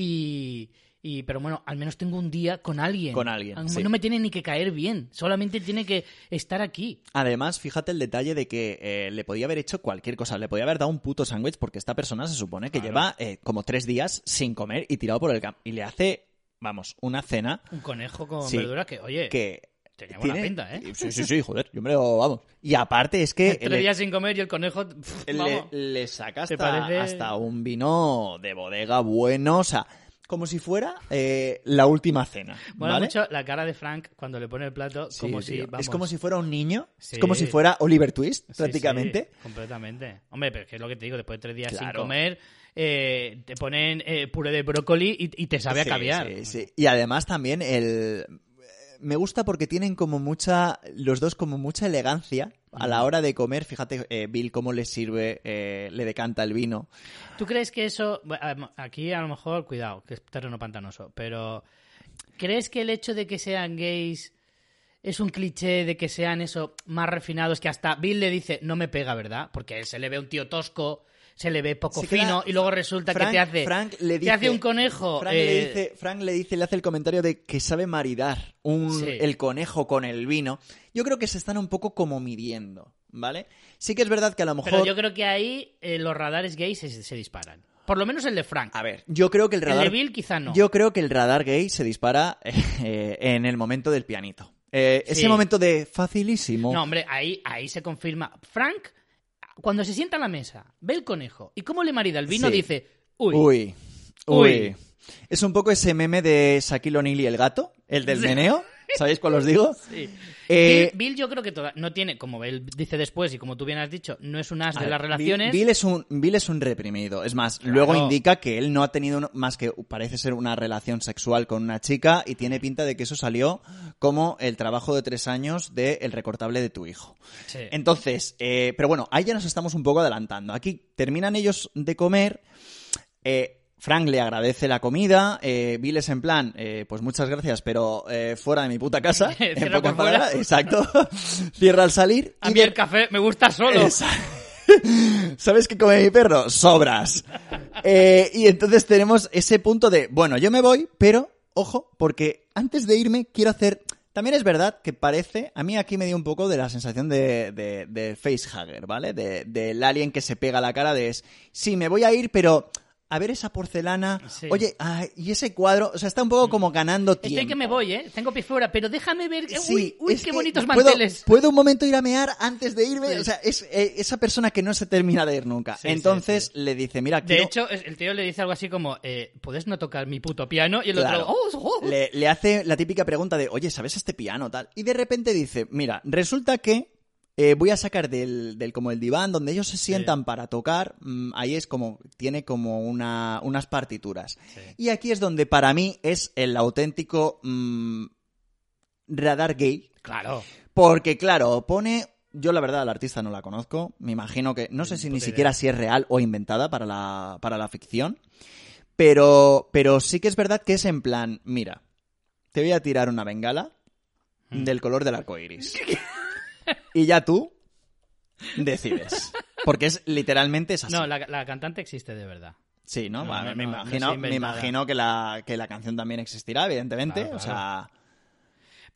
pero bueno, al menos tengo un día con alguien. Con alguien, sí. No me tiene ni que caer bien, solamente tiene que estar aquí. Además, fíjate el detalle de que le podía haber hecho cualquier cosa, le podía haber dado un puto sándwich, porque esta persona se supone que lleva como 3 días sin comer y tirado por el campo. Y le hace, vamos, una cena. Un conejo con verduras que, oye... Que tenía buena pinta, ¿eh? Sí, joder, yo me lo... Vamos. Y aparte es que... 3 días sin comer y el conejo... Le saca ¿Te parece? hasta un vino de bodega bueno, o sea, como si fuera la última cena, Mola ¿vale? mucho la cara de Frank cuando le pone el plato, Sí, como tío. si... Vamos, es como si fuera un niño, Sí. es como si fuera Oliver Twist, sí, prácticamente. sí, completamente. Hombre, pero es que es lo que te digo, después de 3 días sin Claro. comer, te ponen puré de brócoli y te sabe a Sí, caviar. Sí. Y además también me gusta porque tienen como los dos como mucha elegancia a la hora de comer. Fíjate, Bill, cómo le sirve, le decanta el vino. ¿Tú crees que eso... Aquí a lo mejor, cuidado, que es terreno pantanoso, pero ¿crees que el hecho de que sean gays es un cliché de que sean eso más refinados, que hasta Bill le dice, no me pega, ¿verdad? Porque se le ve un tío tosco, se le ve poco Sí, fino y luego resulta que te hace un conejo. Frank le hace el comentario de que sabe maridar el conejo con el vino. Yo creo que se están un poco como midiendo, ¿vale? Sí que es verdad que a lo mejor... Pero yo creo que ahí los radares gays se disparan. Por lo menos el de Frank. A ver, yo creo que el radar... El de Bill quizá no. Yo creo que el radar gay se dispara en el momento del pianito. Ese momento de facilísimo. No, hombre, ahí se confirma. Frank, cuando se sienta a la mesa, ve el conejo y cómo le marida el vino, dice, uy. Es un poco ese meme de Shaquille O'Neal y el gato, el del meneo. ¿Sabéis cuál os digo? Sí. Bill yo creo que no tiene, como él dice después y como tú bien has dicho, no es un as de las relaciones. Bill es un reprimido. Es más, luego indica que él no ha tenido más que, parece ser, una relación sexual con una chica y tiene pinta de que eso salió como el trabajo de 3 años de El recortable de tu hijo. Sí. Entonces, pero bueno, ahí ya nos estamos un poco adelantando. Aquí terminan ellos de comer. Frank le agradece la comida, Bill es en plan, pues muchas gracias, pero fuera de mi puta casa. Cierra por fuera. Exacto. Cierra al salir. A mí el café me gusta solo. ¿Sabes qué come mi perro? Sobras. Y entonces tenemos ese punto de, bueno, yo me voy, pero, ojo, porque antes de irme quiero hacer... También es verdad que parece, a mí aquí me dio un poco de la sensación de facehugger, ¿vale? Del alien que se pega a la cara de, sí, me voy a ir, pero... A ver esa porcelana, oye, y ese cuadro, o sea, está un poco como ganando tiempo. Estoy que me voy, tengo pie fuera, pero déjame ver, Sí, uy, qué bonitos manteles. ¿Puedo un momento ir a mear antes de irme? Sí. O sea, es esa persona que no se termina de ir nunca. Sí, entonces le dice, mira... De hecho, el tío le dice algo así como, ¿puedes no tocar mi puto piano? Y el otro, Le hace la típica pregunta de, oye, ¿sabes este piano, tal? Y de repente dice, mira, resulta que voy a sacar del como el diván donde ellos se sientan para tocar, ahí es como, tiene como unas partituras. Sí. Y aquí es donde para mí es el auténtico radar gay. Claro. Porque claro, pone... Yo la verdad, la artista no la conozco, me imagino que, no sé si ni siquiera si es real o inventada para la ficción, pero sí que es verdad que es en plan, mira, te voy a tirar una bengala del color del arco iris. Y ya tú decides. Porque es literalmente es así. No, la cantante existe de verdad. Sí, ¿no? Me imagino que la canción también existirá, evidentemente. Claro. O sea...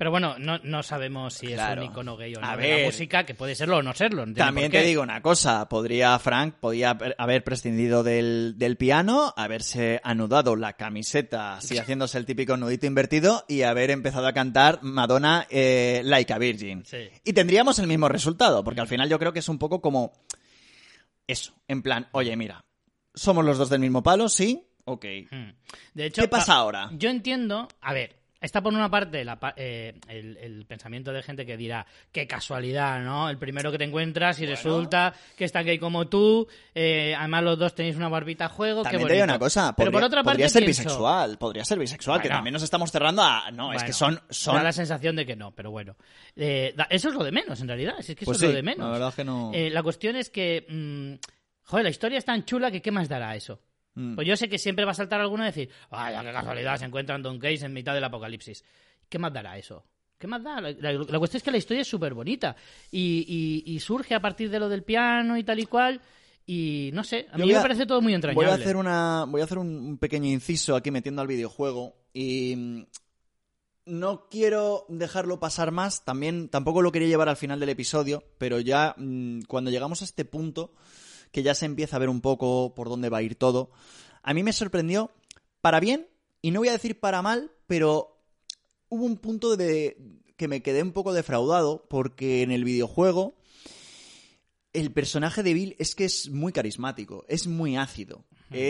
Pero bueno, no sabemos si Claro. es un icono gay o no A de la ver. música, que puede serlo o no serlo. no tiene También por qué. te digo una cosa, Frank podía haber prescindido del piano, haberse anudado la camiseta, así haciéndose el típico nudito invertido y haber empezado a cantar Madonna Like a Virgin. Sí. Y tendríamos el mismo resultado, porque al final yo creo que es un poco como eso, en plan, oye, mira, somos los dos del mismo palo, ¿sí? Ok. De hecho, ¿Qué pasa ahora? Yo entiendo, a ver, está por una parte el pensamiento de gente que dirá, qué casualidad, ¿no? El primero que te encuentras y resulta que es tan gay como tú, además los dos tenéis una barbita a juego, También qué te digo bonito. una cosa, Pero por otra parte podría ser pienso, bisexual, que Bueno. también nos estamos cerrando a... No, es bueno, que son... da la sensación de que no, pero bueno. Eso es lo de menos, en realidad, es que Pues eso es sí, lo de menos. la verdad es que no... La cuestión es que, joder, la historia es tan chula que ¿qué más dará eso? Pues yo sé que siempre va a saltar alguno y decir, vaya, qué casualidad, se encuentran Don Case en mitad del apocalipsis. ¿Qué más dará eso? ¿Qué más da? La cuestión es que la historia es súper bonita y surge a partir de lo del piano y tal y cual. Y no sé, a mí me parece todo muy entrañable. Voy a hacer un pequeño inciso aquí metiendo al videojuego y no quiero dejarlo pasar más. Tampoco lo quería llevar al final del episodio, pero ya cuando llegamos a este punto, que ya se empieza a ver un poco por dónde va a ir todo, a mí me sorprendió para bien, y no voy a decir para mal, pero hubo un punto de que me quedé un poco defraudado, porque en el videojuego el personaje de Bill es que es muy carismático, es muy ácido.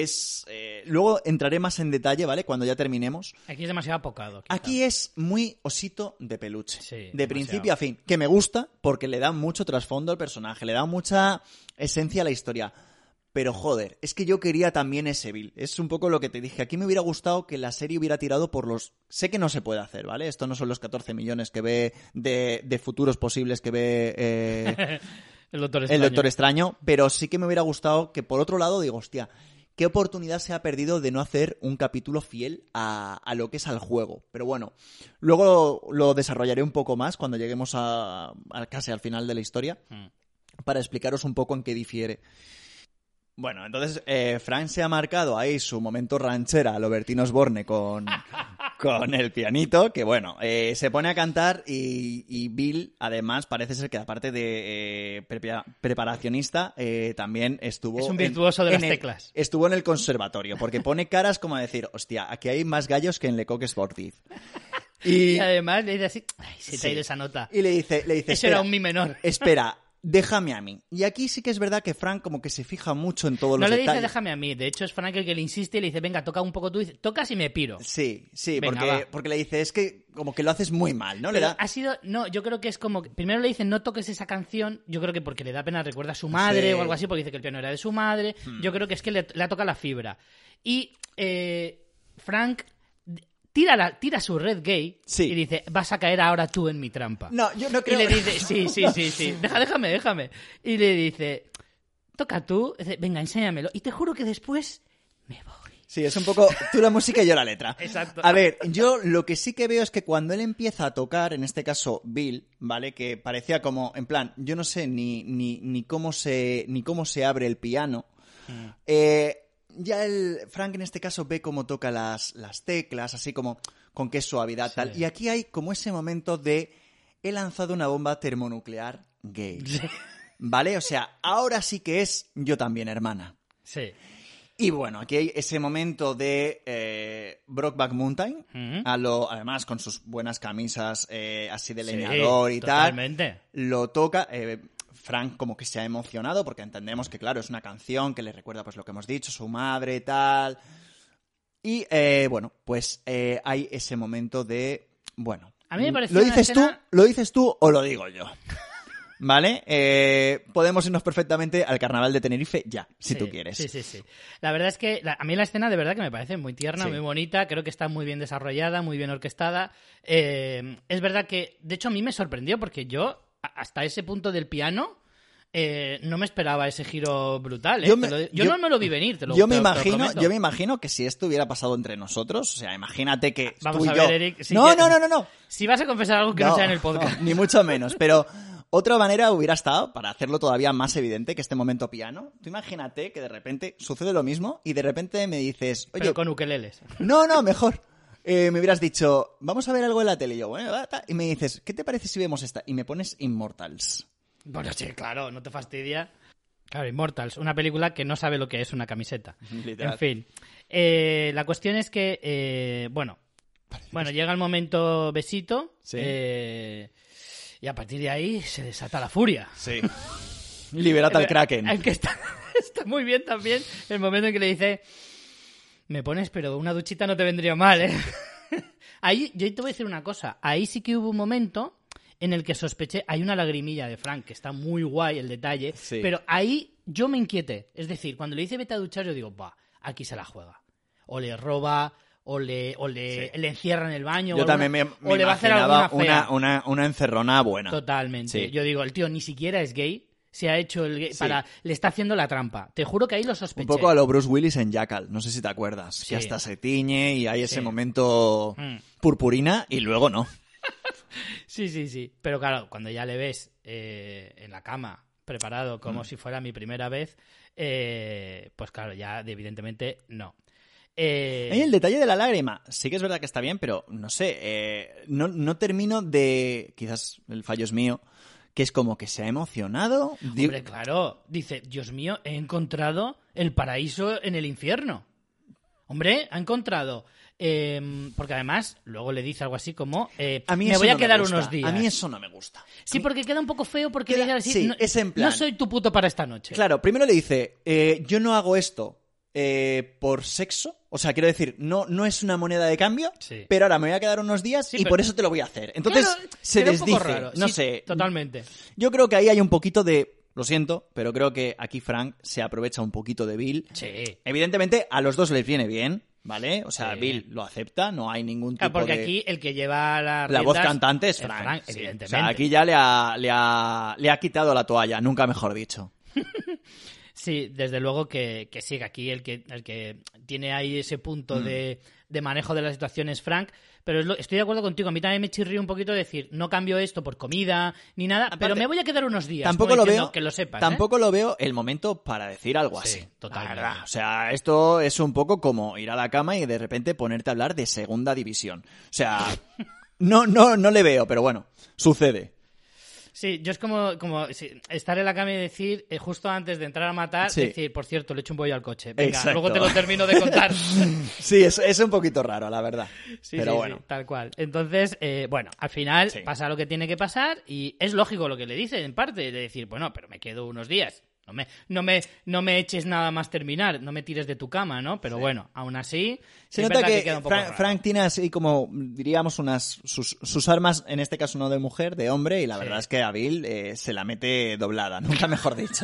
Luego entraré más en detalle, ¿vale? Cuando ya terminemos. Aquí es demasiado apocado. Quizá. Aquí es muy osito de peluche. Sí, de demasiado. principio a fin. Que me gusta porque le da mucho trasfondo al personaje, le da mucha esencia a la historia. Pero joder, es que yo quería también ese Bill. Es un poco lo que te dije. Aquí me hubiera gustado que la serie hubiera tirado por los... Sé que no se puede hacer, ¿vale? Esto no son los 14 millones que ve de futuros posibles que ve El Doctor el Doctor Extraño, pero sí que me hubiera gustado que, por otro lado, digo, hostia, qué oportunidad se ha perdido de no hacer un capítulo fiel a lo que es al juego. Pero bueno, luego lo desarrollaré un poco más cuando lleguemos casi al final de la historia para explicaros un poco en qué difiere. Bueno, entonces Frank se ha marcado ahí su momento ranchera a lo Bertino Osborne con el pianito, que bueno, se pone a cantar y Bill, además, parece ser que aparte de preparacionista, también estuvo... Es un virtuoso de las teclas. Estuvo en el conservatorio, porque pone caras como a decir, hostia, aquí hay más gallos que en Lecoq Sportif. Y además le dice así, ay, se te ha Sí. ido esa nota. Y le dice Eso espera, era un mi menor. Espera, déjame a mí. Y aquí sí que es verdad que Frank como que se fija mucho en todos No los le dice detalles. déjame a mí, de hecho es Frank el que le insiste y le dice, venga, toca un poco tú, y dice, tocas y me piro. Sí, Venga, porque le dice, es que como que lo haces muy mal, ¿no? Le Pero da... ha sido, no, yo creo que es como, primero le dicen no toques esa canción, yo creo que porque le da pena, recuerda a su madre Sí. o algo así, porque dice que el piano era de su madre, yo creo que es que le ha tocado la fibra. Y Frank tira su red gay Sí. y dice, vas a caer ahora tú en mi trampa. No, yo no creo... Y le dice, sí, déjame. Y le dice, toca tú, dice, venga, enséñamelo. Y te juro que después me voy. Sí, es un poco tú la música y yo la letra. Exacto. A ver, yo lo que sí que veo es que cuando él empieza a tocar, en este caso Bill, ¿vale? Que parecía como, en plan, yo no sé ni cómo se abre el piano. Ya Frank en este caso ve cómo toca las teclas, así como con qué suavidad, Sí. tal. Y aquí hay como ese momento de he lanzado una bomba termonuclear gay. ¿Vale? O sea, ahora sí que es yo también, hermana. Sí. Y bueno, aquí hay ese momento de Brokeback Mountain, además con sus buenas camisas así de leñador y totalmente. tal. Lo toca... Frank como que se ha emocionado porque entendemos que, claro, es una canción que le recuerda pues lo que hemos dicho, su madre y tal. Y, bueno, pues hay ese momento de... Bueno, A mí me pareció ¿lo una dices escena- ¿Lo dices tú o lo digo yo? ¿Vale? Podemos irnos perfectamente al Carnaval de Tenerife ya, si tú quieres. Sí. La verdad es que a mí la escena de verdad que me parece muy tierna, Sí. muy bonita, creo que está muy bien desarrollada, muy bien orquestada. Es verdad que, de hecho, a mí me sorprendió porque yo, hasta ese punto del piano, no me esperaba ese giro brutal. Yo no me lo vi venir, te lo prometo. Yo me imagino que si esto hubiera pasado entre nosotros, o sea, imagínate que Vamos tú y a yo... ver, Eric. si No. Si vas a confesar algo que no sea en el podcast. No, ni mucho menos, pero otra manera hubiera estado, para hacerlo todavía más evidente, que este momento piano, tú imagínate que de repente sucede lo mismo y de repente me dices, oye, Pero con ukeleles. no, mejor. me hubieras dicho, vamos a ver algo en la tele. Y yo, bueno, y me dices, ¿qué te parece si vemos esta? Y me pones Immortals. Bueno, sí, claro, no te fastidia. Claro, Immortals, una película que no sabe lo que es una camiseta. Literal. En fin, la cuestión es que, bueno, llega el momento besito, Sí. y a partir de ahí se desata la furia. Sí. Liberad al Kraken. Aunque está muy bien también el momento en que le dice, me pones, pero una duchita no te vendría mal, ¿eh? Ahí, yo te voy a decir una cosa, ahí sí que hubo un momento en el que sospeché, hay una lagrimilla de Frank, que está muy guay el detalle, Sí. pero ahí yo me inquieté. Es decir, cuando le dice vete a duchar, yo digo, aquí se la juega. O le roba, o le encierra en el baño, Yo o también me o le va a hacer alguna imaginaba fea. una encerrona buena. Totalmente. Sí. Yo digo, el tío ni siquiera es gay, se ha hecho el gay Sí. le está haciendo la trampa. Te juro que ahí lo sospeché. Un poco a lo Bruce Willis en Jackal, no sé si te acuerdas, Sí. que hasta se tiñe y hay ese Sí. momento purpurina y luego no. Sí. Pero claro, cuando ya le ves en la cama, preparado como si fuera mi primera vez, pues claro, ya evidentemente no. Ahí el detalle de la lágrima, sí que es verdad que está bien, pero no sé, no termino de... Quizás el fallo es mío, que es como que se ha emocionado. Hombre, claro, dice, Dios mío, he encontrado el paraíso en el infierno. Hombre, ha encontrado... porque además, luego le dice algo así como, A mí me eso voy a no quedar gusta. unos días. A mí eso no me gusta. Sí, porque queda un poco feo porque Queda- le dice así, sí, no, es en plan- no soy tu puto para esta noche. Claro, primero le dice, yo no hago esto por sexo, o sea, quiero decir, no es una moneda de cambio, Sí. pero ahora me voy a quedar unos días Sí, y pero- por eso te lo voy a hacer. Entonces Claro, se queda un poco desdice, raro. no Sí, sé. Totalmente. Yo creo que ahí hay un poquito de... Lo siento, pero creo que aquí Frank se aprovecha un poquito de Bill. Sí. Evidentemente, a los dos les viene bien, ¿vale? O sea, Sí. Bill lo acepta, no hay ningún tipo Claro, porque de... aquí el que lleva La voz cantante es Frank. Sí. evidentemente. O sea, aquí ya le ha quitado la toalla, nunca mejor dicho. Sí, desde luego que sí, que aquí el que tiene ahí ese punto de manejo de la situación es Frank, pero estoy de acuerdo contigo, a mí también me chirrió un poquito decir, no cambio esto por comida ni nada, pero me voy a quedar unos días. Tampoco como lo diciendo, veo, que lo sepas. tampoco lo veo el momento para decir algo Sí, así. totalmente. La verdad. O sea, esto es un poco como ir a la cama y de repente ponerte a hablar de segunda división. O sea, no le veo, pero bueno, sucede. Sí, yo es como estar en la cama y decir, justo antes de entrar a matar, Sí. decir, por cierto, le echo un bollo al coche. Venga, Exacto. luego te lo termino de contar. Sí, es un poquito raro, la verdad. Sí, pero sí, bueno. sí, tal cual. Entonces, bueno, al final Sí. pasa lo que tiene que pasar y es lógico lo que le dice, en parte, de decir, bueno, pero me quedo unos días. No me eches nada más terminar, no me tires de tu cama, ¿no? Pero bueno, aún así, Se es nota verdad que, queda un poco raro. Frank tiene así como, diríamos, sus armas, en este caso no de mujer, de hombre, y la verdad es que a Bill se la mete doblada, nunca mejor dicho.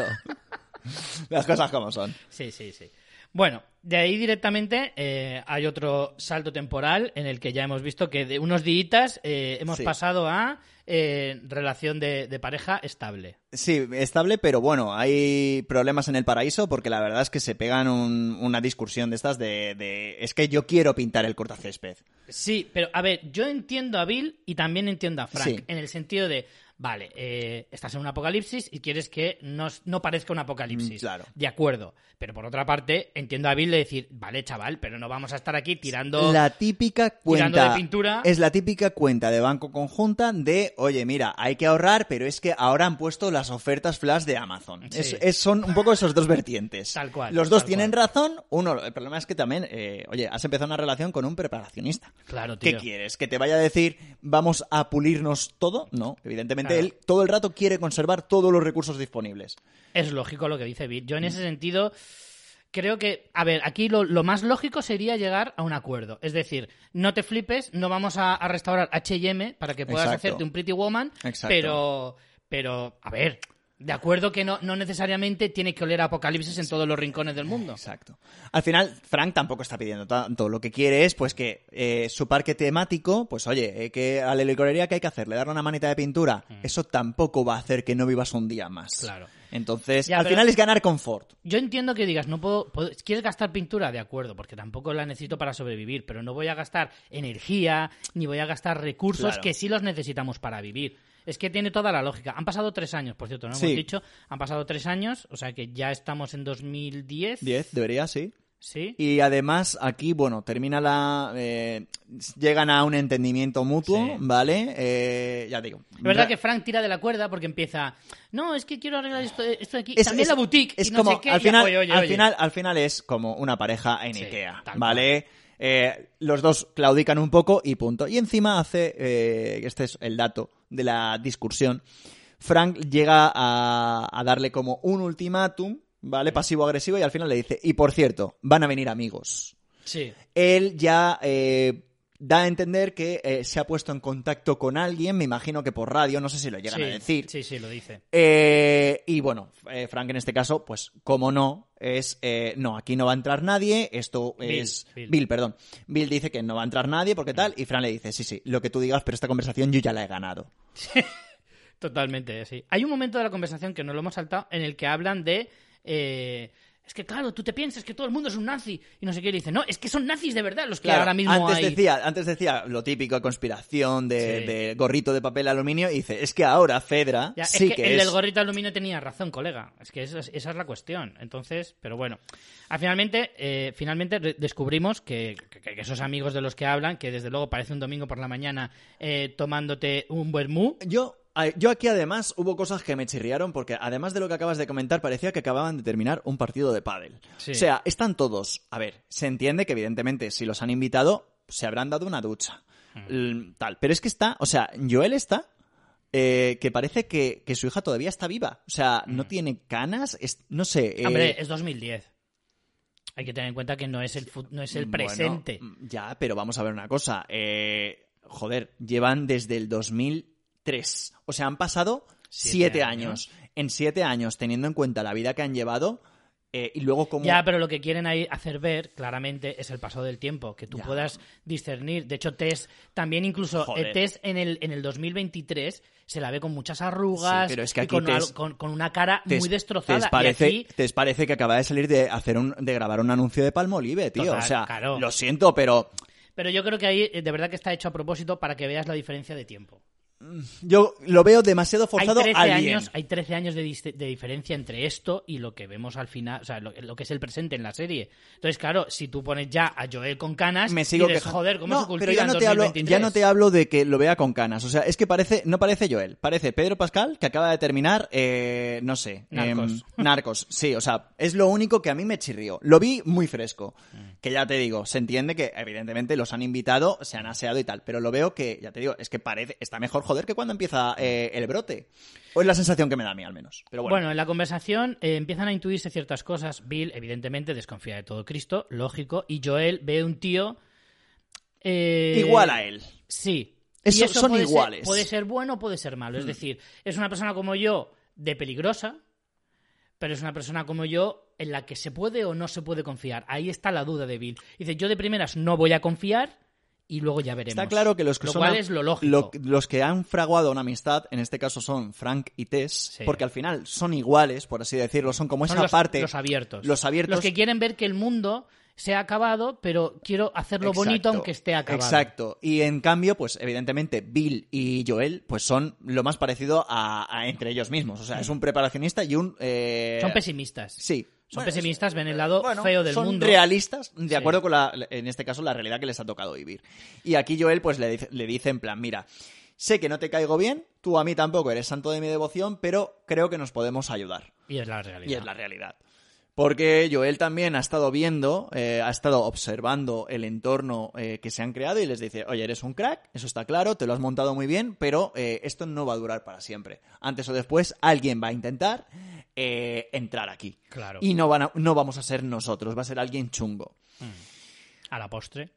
Las cosas como son. Sí. Bueno, de ahí directamente hay otro salto temporal en el que ya hemos visto que de unos días hemos Sí. pasado a relación de pareja estable. Sí, estable, pero bueno, hay problemas en el paraíso porque la verdad es que se pegan una discusión de estas de es que yo quiero pintar el cortacésped. Sí, pero a ver, yo entiendo a Bill y también entiendo a Frank, Sí. en el sentido de, vale, estás en un apocalipsis y quieres que no parezca un apocalipsis. Claro. De acuerdo. Pero por otra parte, entiendo a Bill de decir, vale, chaval, pero no vamos a estar aquí tirando... La típica cuenta tirando de pintura. es la típica cuenta de banco conjunta de, oye, mira, hay que ahorrar, pero es que ahora han puesto las ofertas flash de Amazon. Sí. Son un poco esos dos vertientes. Tal cual, Los dos tal tienen cual. razón. El problema es que también, oye, has empezado una relación con un preparacionista. Claro, tío. ¿Qué quieres? ¿Que te vaya a decir vamos a pulirnos todo? No, evidentemente Claro. él todo el rato quiere conservar todos los recursos disponibles. Es lógico lo que dice Bill. Yo en ese sentido creo que, a ver, aquí lo más lógico sería llegar a un acuerdo. Es decir, no te flipes, no vamos a restaurar H&M para que puedas Exacto. hacerte un Pretty Woman, Exacto. pero, a ver, de acuerdo que no necesariamente tiene que oler a apocalipsis en todos los rincones del mundo. Exacto. Al final, Frank tampoco está pidiendo tanto. Lo que quiere es, pues, que su parque temático, pues, oye, que a la licorería, ¿qué hay que hacer? ¿Le darle una manita de pintura? Eso tampoco va a hacer que no vivas un día más. Claro. Entonces, Ya, al pero- final es ganar confort. Yo entiendo que digas, no puedo, ¿quieres gastar pintura? De acuerdo, porque tampoco la necesito para sobrevivir, pero no voy a gastar energía, ni voy a gastar recursos Claro. que sí los necesitamos para vivir. Es que tiene toda la lógica. Han pasado 3 años, por cierto, no Sí. hemos dicho. Han pasado 3 años, o sea que ya estamos en 2010. 10, debería, sí. Sí. Y además aquí, bueno, llegan a un entendimiento mutuo, Sí. ¿vale? Ya digo. Es verdad que Frank tira de la cuerda porque empieza, no, es que quiero arreglar esto de aquí, también la boutique, es y no como, sé qué. al final, Oye. al final es como una pareja en Sí, Ikea, tal ¿vale? Los dos claudican un poco y punto. Y encima este es el dato de la discusión, Frank llega a darle como un ultimátum, ¿vale? Pasivo-agresivo, y al final le dice, y por cierto, van a venir amigos. Sí. Él ya da a entender que se ha puesto en contacto con alguien, me imagino que por radio, no sé si lo llegan a decir. Sí, lo dice. Y bueno, Frank en este caso, pues como no, no, aquí no va a entrar nadie, esto es... Bill, perdón. Bill dice que no va a entrar nadie porque tal, y Frank le dice, sí, lo que tú digas, pero esta conversación yo ya la he ganado. Totalmente, sí. Hay un momento de la conversación que nos lo hemos saltado en el que hablan de... es que claro, tú te piensas que todo el mundo es un nazi y no sé qué, y dice, no, es que son nazis de verdad los que Claro, ahora mismo antes decía lo típico, conspiración de gorrito de papel aluminio, y dice, es que ahora Fedra ya, sí es que que el es... del gorrito de aluminio tenía razón, colega. Es que esa es la cuestión. Entonces, pero bueno. Finalmente descubrimos que esos amigos de los que hablan, que desde luego parece un domingo por la mañana tomándote un vermú. Yo aquí además hubo cosas que me chirriaron porque además de lo que acabas de comentar parecía que acababan de terminar un partido de pádel. Sí. O sea, están todos... A ver, se entiende que evidentemente si los han invitado se habrán dado una ducha. Tal. Pero es que Joel está... que parece que su hija todavía está viva. O sea, no tiene canas, no sé... Hombre, es 2010. Hay que tener en cuenta que no es el presente. Bueno, ya, pero vamos a ver una cosa. Joder, llevan desde el 2003. O sea, han pasado 7 años. En 7 años, teniendo en cuenta la vida que han llevado, y luego como... Ya, pero lo que quieren ahí hacer ver, claramente, es el paso del tiempo. Que tú puedas discernir. De hecho, Tess, también incluso... Tess en el 2023 se la ve con muchas arrugas, sí, pero es que aquí con una cara muy destrozada. ¿Te parece que acaba de salir de grabar un anuncio de Palmolive, tío? Total, o sea, claro. Lo siento, pero... Pero yo creo que ahí de verdad que está hecho a propósito para que veas la diferencia de tiempo. Yo lo veo demasiado forzado Hay 13 años de diferencia entre esto y lo que vemos al final, o sea, lo que es el presente en la serie. Entonces, claro, si tú pones ya a Joel con canas, me sigo dices, quejando. joder, ¿cómo se cultiva pero ya no te hablo de que lo vea con canas. O sea, es que no parece Joel, parece Pedro Pascal, que acaba de terminar, no sé... Narcos, sí, o sea, es lo único que a mí me chirrió. Lo vi muy fresco. Que ya te digo, se entiende que evidentemente los han invitado, se han aseado y tal, pero lo veo que, ya te digo, es que está mejor joder que cuando empieza el brote. O es la sensación que me da a mí, al menos. Pero bueno, en la conversación empiezan a intuirse ciertas cosas. Bill, evidentemente, desconfía de todo Cristo, lógico, y Joel ve un tío... igual a él. Sí. Eso son puede iguales. Puede ser bueno o puede ser malo. Es decir, es una persona como yo, de peligrosa, pero es una persona como yo en la que se puede o no se puede confiar. Ahí está la duda de Bill. Dice, yo de primeras no voy a confiar y luego ya veremos. Está claro que lo cual es lo lógico. Los que han fraguado una amistad, en este caso son Frank y Tess, sí. Porque al final son iguales, por así decirlo, son como son esa parte... Los abiertos. Los abiertos. Los que quieren ver que el mundo se ha acabado, pero quiero hacerlo bonito aunque esté acabado. Exacto. Y en cambio, pues evidentemente Bill y Joel pues son lo más parecido a entre ellos mismos. O sea, es un preparacionista y un... Son pesimistas. Sí. Son pesimistas, ven el lado feo del mundo. Son realistas, de acuerdo con en este caso, la realidad que les ha tocado vivir. Y aquí Joel pues le dice en plan, mira, sé que no te caigo bien, tú a mí tampoco eres santo de mi devoción, pero creo que nos podemos ayudar. Y es la realidad. Porque Joel también ha estado viendo, ha estado observando el entorno que se han creado y les dice, oye, eres un crack, eso está claro, te lo has montado muy bien, pero esto no va a durar para siempre. Antes o después alguien va a intentar entrar aquí. Claro. Y no vamos a ser nosotros, va a ser alguien chungo. A la postre.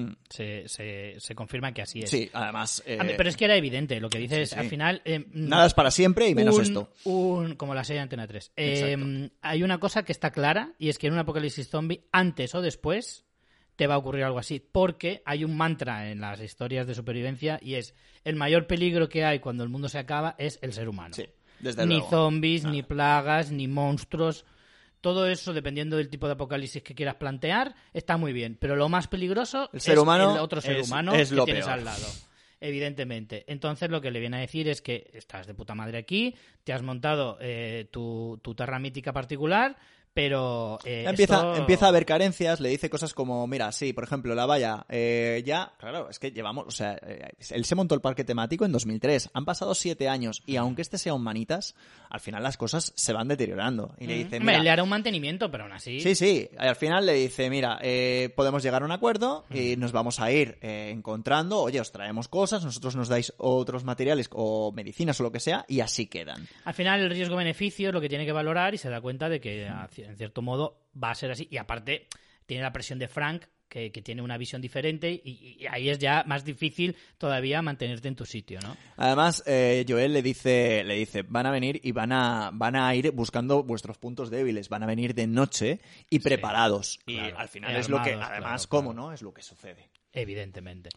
Se confirma que así es. Sí, además... Pero es que era evidente, lo que dices, al final... nada es para siempre y menos esto. Como la serie Antena 3. Hay una cosa que está clara, y es que en un apocalipsis zombie, antes o después, te va a ocurrir algo así. Porque hay un mantra en las historias de supervivencia, y es, el mayor peligro que hay cuando el mundo se acaba es el ser humano. Sí, desde luego. Ni zombies, ni plagas, ni monstruos... Todo eso, dependiendo del tipo de apocalipsis que quieras plantear, está muy bien. Pero lo más peligroso es el otro ser humano es lo que tienes peor. al lado. Evidentemente. Entonces, lo que le viene a decir es que estás de puta madre aquí, te has montado tu terra mítica particular, Pero empieza a haber carencias, le dice cosas como, mira, sí, por ejemplo, la valla, claro, es que llevamos, o sea, él se montó el parque temático en 2003, han pasado 7 años y aunque este sea un manitas, al final las cosas se van deteriorando. Y le dice, mira, le hará un mantenimiento, pero aún así... Sí, al final le dice, mira, podemos llegar a un acuerdo y nos vamos a ir encontrando, oye, os traemos cosas, nosotros nos dais otros materiales o medicinas o lo que sea y así quedan. Al final el riesgo-beneficio es lo que tiene que valorar y se da cuenta de que en cierto modo va a ser así. Y aparte tiene la presión de Frank, que tiene una visión diferente y ahí es ya más difícil todavía mantenerte en tu sitio, ¿no? Además, Joel le dice, van a venir y van a ir buscando vuestros puntos débiles, van a venir de noche y preparados. Sí, claro, y al final es lo que, además, claro, ¿cómo no? Es lo que sucede. Evidentemente.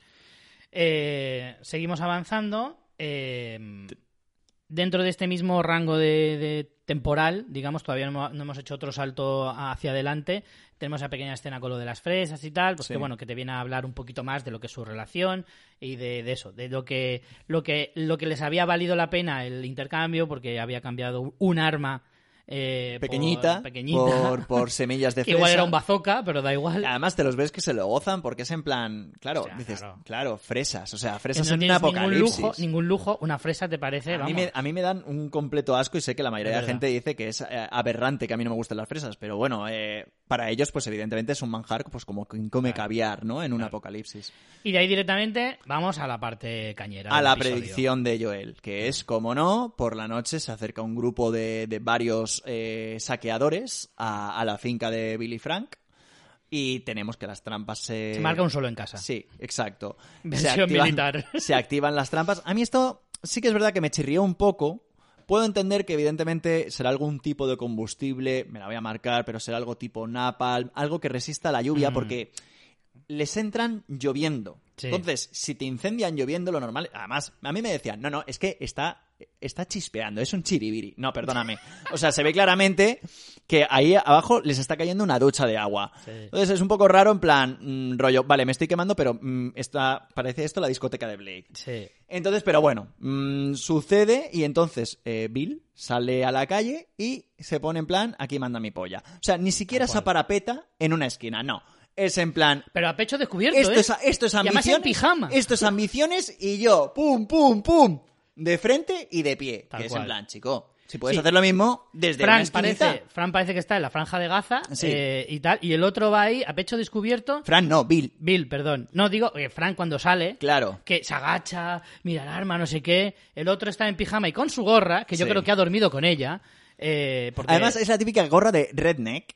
Seguimos avanzando. Dentro de este mismo rango de temporal, digamos, todavía no hemos hecho otro salto hacia adelante. Tenemos esa pequeña escena con lo de las fresas y tal, pues sí, que te viene a hablar un poquito más de lo que es su relación y de eso, de lo que les había valido la pena el intercambio, porque había cambiado un arma pequeñita. Por semillas de fresa. Igual era un bazooka, pero da igual. Además te los ves que se lo gozan porque es en plan, claro, o sea, dices, claro, fresas, o sea, fresas no en un apocalipsis. Ningún lujo, una fresa te parece, a mí me dan un completo asco y sé que la mayoría de la gente dice que es aberrante que a mí no me gusten las fresas, pero bueno, para ellos pues evidentemente es un manjar pues como quien come caviar, ¿no? En un apocalipsis. Y de ahí directamente vamos a la parte cañera. A la predicción de Joel, que es, como no, por la noche se acerca un grupo de varios saqueadores a la finca de Bill y Frank y tenemos que las trampas se marca un solo en casa. Sí, exacto. Militar. Se activan las trampas. A mí esto sí que es verdad que me chirrió un poco. Puedo entender que evidentemente será algún tipo de combustible, me la voy a marcar, pero será algo tipo napalm, algo que resista la lluvia porque les entran lloviendo. Sí. Entonces, si te incendian lloviendo, lo normal... Además, a mí me decían, no, es que está chispeando, es un chiribiri. No, perdóname. O sea, se ve claramente que ahí abajo les está cayendo una ducha de agua. Sí. Entonces es un poco raro, en plan, rollo, vale, me estoy quemando, pero parece esto la discoteca de Blade. Sí. Entonces, pero bueno, sucede y entonces Bill sale a la calle y se pone en plan, aquí manda mi polla. O sea, ni siquiera se aparapeta en una esquina, no. Es en plan... Pero a pecho descubierto, esto es ambiciones. Y además en pijama. Esto es ambiciones y yo, pum, pum, pum, de frente y de pie. Tal que cual. Es en plan, chico, si puedes hacer lo mismo desde una esquinita. Fran parece que está en la franja de Gaza y tal, y el otro va ahí a pecho descubierto. Fran, no, Bill. Bill, perdón. No, digo que Fran cuando sale, claro, que se agacha, mira el arma, no sé qué. El otro está en pijama y con su gorra, que yo creo que ha dormido con ella. Porque... Además es la típica gorra de redneck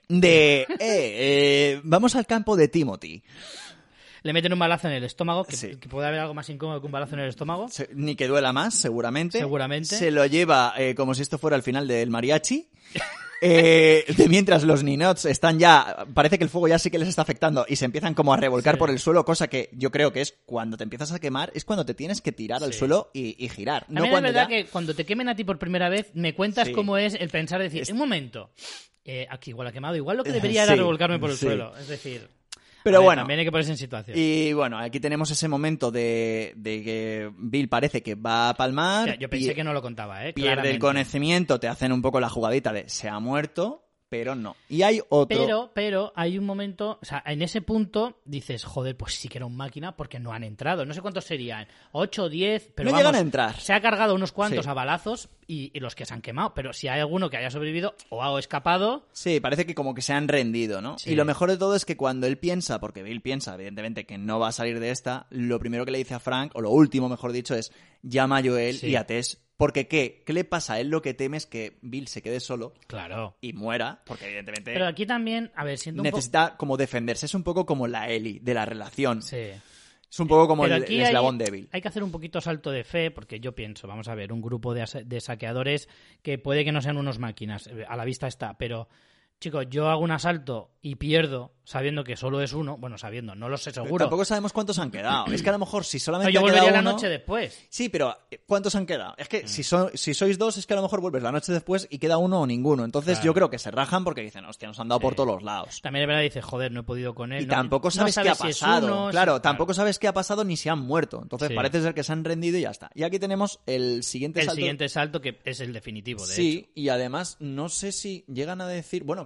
de vamos al campo de Timothy. Le meten un balazo en el estómago, que puede haber algo más incómodo que un balazo en el estómago. Ni que duela más, seguramente. Seguramente. Se lo lleva como si esto fuera el final del mariachi. Mientras los ninots están ya... Parece que el fuego ya sí que les está afectando y se empiezan como a revolcar por el suelo, cosa que yo creo que es cuando te empiezas a quemar, es cuando te tienes que tirar al suelo y girar. No, es verdad que cuando te quemen a ti por primera vez, me cuentas cómo es el pensar, decir, un momento, aquí igual ha quemado, igual lo que debería era revolcarme por el suelo. Es decir... Pero bueno, también hay que ponerse en situación. Y bueno, aquí tenemos ese momento de que Bill parece que va a palmar. O sea, yo pensé que no lo contaba, pierde claramente. El conocimiento, te hacen un poco la jugadita de se ha muerto, pero no. Y hay otro... Pero hay un momento, o sea, en ese punto dices, joder, pues sí que era un máquina porque no han entrado. No sé cuántos serían, 8 o 10, pero no llegan a entrar. Se ha cargado unos cuantos a balazos y los que se han quemado. Pero si hay alguno que haya sobrevivido o ha escapado... Sí, parece que como que se han rendido, ¿no? Sí. Y lo mejor de todo es que cuando él piensa, porque Bill piensa, evidentemente, que no va a salir de esta, lo primero que le dice a Frank, o lo último, mejor dicho, es llama a Joel y a Tess. Porque ¿qué le pasa? A él lo que teme es que Bill se quede solo. Claro. Y muera, porque evidentemente... Pero aquí también, a ver, siento necesita como defenderse. Es un poco como la Ellie de la relación. Sí. Es un poco como el eslabón débil. Hay que hacer un poquito salto de fe, porque yo pienso, vamos a ver, un grupo de saqueadores que puede que no sean unos máquinas, a la vista está, pero... Chicos, yo hago un asalto y pierdo sabiendo que solo es uno. Bueno, sabiendo, no lo sé seguro. Pero tampoco sabemos cuántos han quedado. Es que a lo mejor si solamente yo volvería queda la noche después. Sí, pero ¿cuántos han quedado? Es que si sois dos, es que a lo mejor vuelves la noche después y queda uno o ninguno. Entonces yo creo que se rajan porque dicen, hostia, nos han dado por todos los lados. También es verdad, dices, joder, no he podido con él. Y tampoco sabes qué ha pasado. Tampoco sabes qué ha pasado ni si han muerto. Entonces parece ser que se han rendido y ya está. Y aquí tenemos el siguiente salto. El siguiente salto que es el definitivo, de hecho. Sí, y además no sé si llegan a decir... Bueno, claro,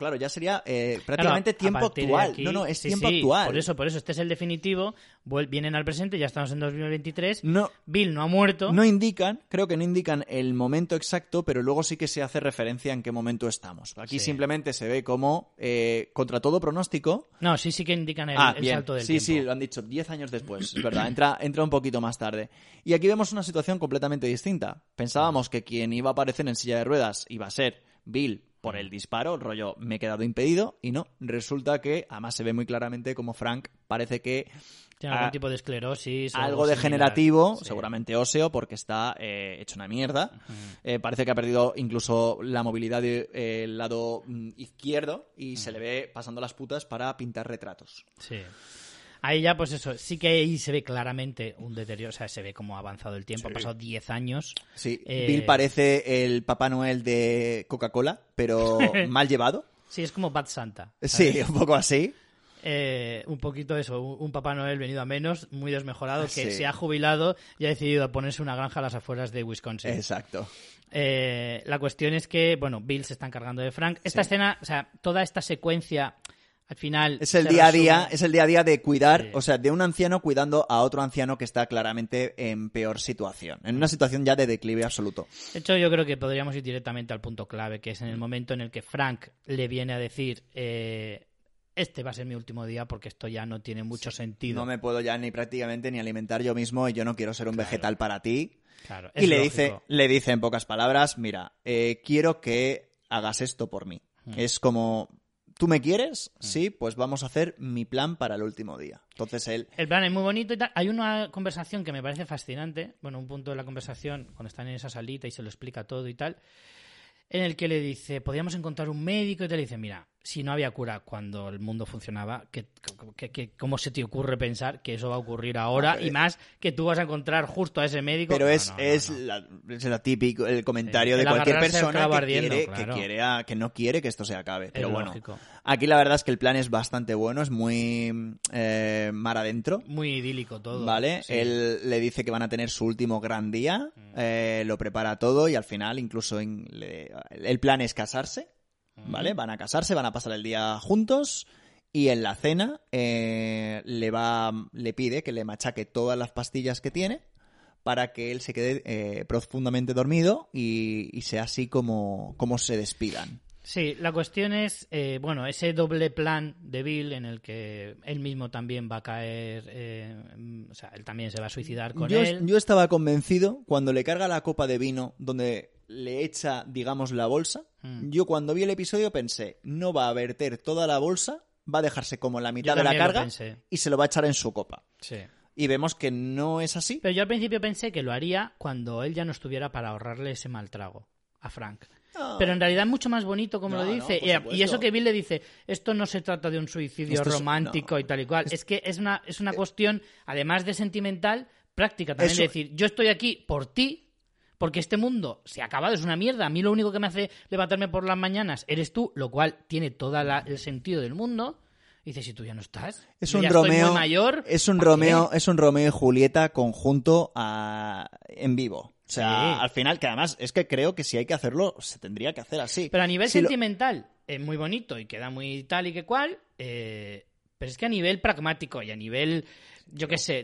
claro, ya sería prácticamente tiempo actual. Aquí, no, es sí, tiempo sí, actual. Por eso, este es el definitivo. Vienen al presente, ya estamos en 2023. No, Bill no ha muerto. creo que no indican el momento exacto, pero luego sí que se hace referencia en qué momento estamos. Aquí simplemente se ve como, contra todo pronóstico... No, sí que indican el salto del tiempo. Sí, lo han dicho, 10 años después, es verdad, entra un poquito más tarde. Y aquí vemos una situación completamente distinta. Pensábamos que quien iba a aparecer en silla de ruedas iba a ser Bill por el disparo, rollo, me he quedado impedido, y no, resulta que, además se ve muy claramente como Frank parece que... Tiene algún tipo de esclerosis. Algo degenerativo, seguramente óseo, porque está hecho una mierda. Parece que ha perdido incluso la movilidad del lado izquierdo y se le ve pasando las putas para pintar retratos. Sí. Ahí ya, pues eso, sí que ahí se ve claramente un deterioro, o sea, se ve cómo ha avanzado el tiempo, ha pasado 10 años. Sí, Bill parece el Papá Noel de Coca-Cola, pero mal llevado. Sí, es como Bad Santa, ¿sabes? Sí, un poco así. Un poquito eso, un Papá Noel venido a menos, muy desmejorado, que se ha jubilado y ha decidido ponerse una granja a las afueras de Wisconsin. Exacto. La cuestión es que, bueno, Bill se está encargando de Frank. Esta escena, o sea, toda esta secuencia... Al final es el día a día de cuidar, o sea, de un anciano cuidando a otro anciano que está claramente en peor situación, en una situación ya de declive absoluto. De hecho, yo creo que podríamos ir directamente al punto clave, que es en el momento en el que Frank le viene a decir, este va a ser mi último día porque esto ya no tiene mucho sentido. No me puedo ya ni prácticamente ni alimentar yo mismo y yo no quiero ser un vegetal para ti. Claro, y le dice en pocas palabras, mira, quiero que hagas esto por mí. Es como... ¿Tú me quieres? Sí, pues vamos a hacer mi plan para el último día. Entonces él... El plan es muy bonito y tal. Hay una conversación que me parece fascinante. Bueno, un punto de la conversación, cuando están en esa salita y se lo explica todo y tal, en el que le dice, podríamos encontrar un médico y te le dice, mira, si no había cura cuando el mundo funcionaba, ¿cómo se te ocurre pensar que eso va a ocurrir ahora? Y más que tú vas a encontrar justo a ese médico. Pero es la típico, el comentario de cualquier persona que no quiere que esto se acabe. Pero bueno, aquí la verdad es que el plan es bastante bueno, es muy mar adentro. Muy idílico todo. ¿Vale? Sí. Él le dice que van a tener su último gran día, lo prepara todo y al final incluso el plan es casarse. ¿Vale? Van a casarse, van a pasar el día juntos y en la cena le pide que le machaque todas las pastillas que tiene para que él se quede profundamente dormido y sea así como se despidan. Sí, la cuestión es, ese doble plan de Bill en el que él mismo también va a caer, o sea, él también se va a suicidar con él. Yo estaba convencido cuando le carga la copa de vino donde le echa, digamos, la bolsa. Yo cuando vi el episodio pensé, no va a verter toda la bolsa, va a dejarse como la mitad de la carga y se lo va a echar en su copa. Sí. Y vemos que no es así. Pero yo al principio pensé que lo haría cuando él ya no estuviera para ahorrarle ese mal trago a Frank. Pero en realidad es mucho más bonito como lo dice. Y eso que Bill le dice, esto no se trata de un suicidio romántico y tal y cual. Es que es una cuestión, además de sentimental, práctica también. De decir, yo estoy aquí por ti, porque este mundo se ha acabado, es una mierda. A mí lo único que me hace levantarme por las mañanas eres tú, lo cual tiene todo el sentido del mundo. Y dices, si tú ya no estás, es yo un ya Romeo, estoy muy mayor. Es un Romeo y Julieta conjunto en vivo. O sea, al final, que además es que creo que si hay que hacerlo, se tendría que hacer así. Pero a nivel sentimental es muy bonito y queda muy tal y que cual, pero es que a nivel pragmático y a nivel, yo qué sé,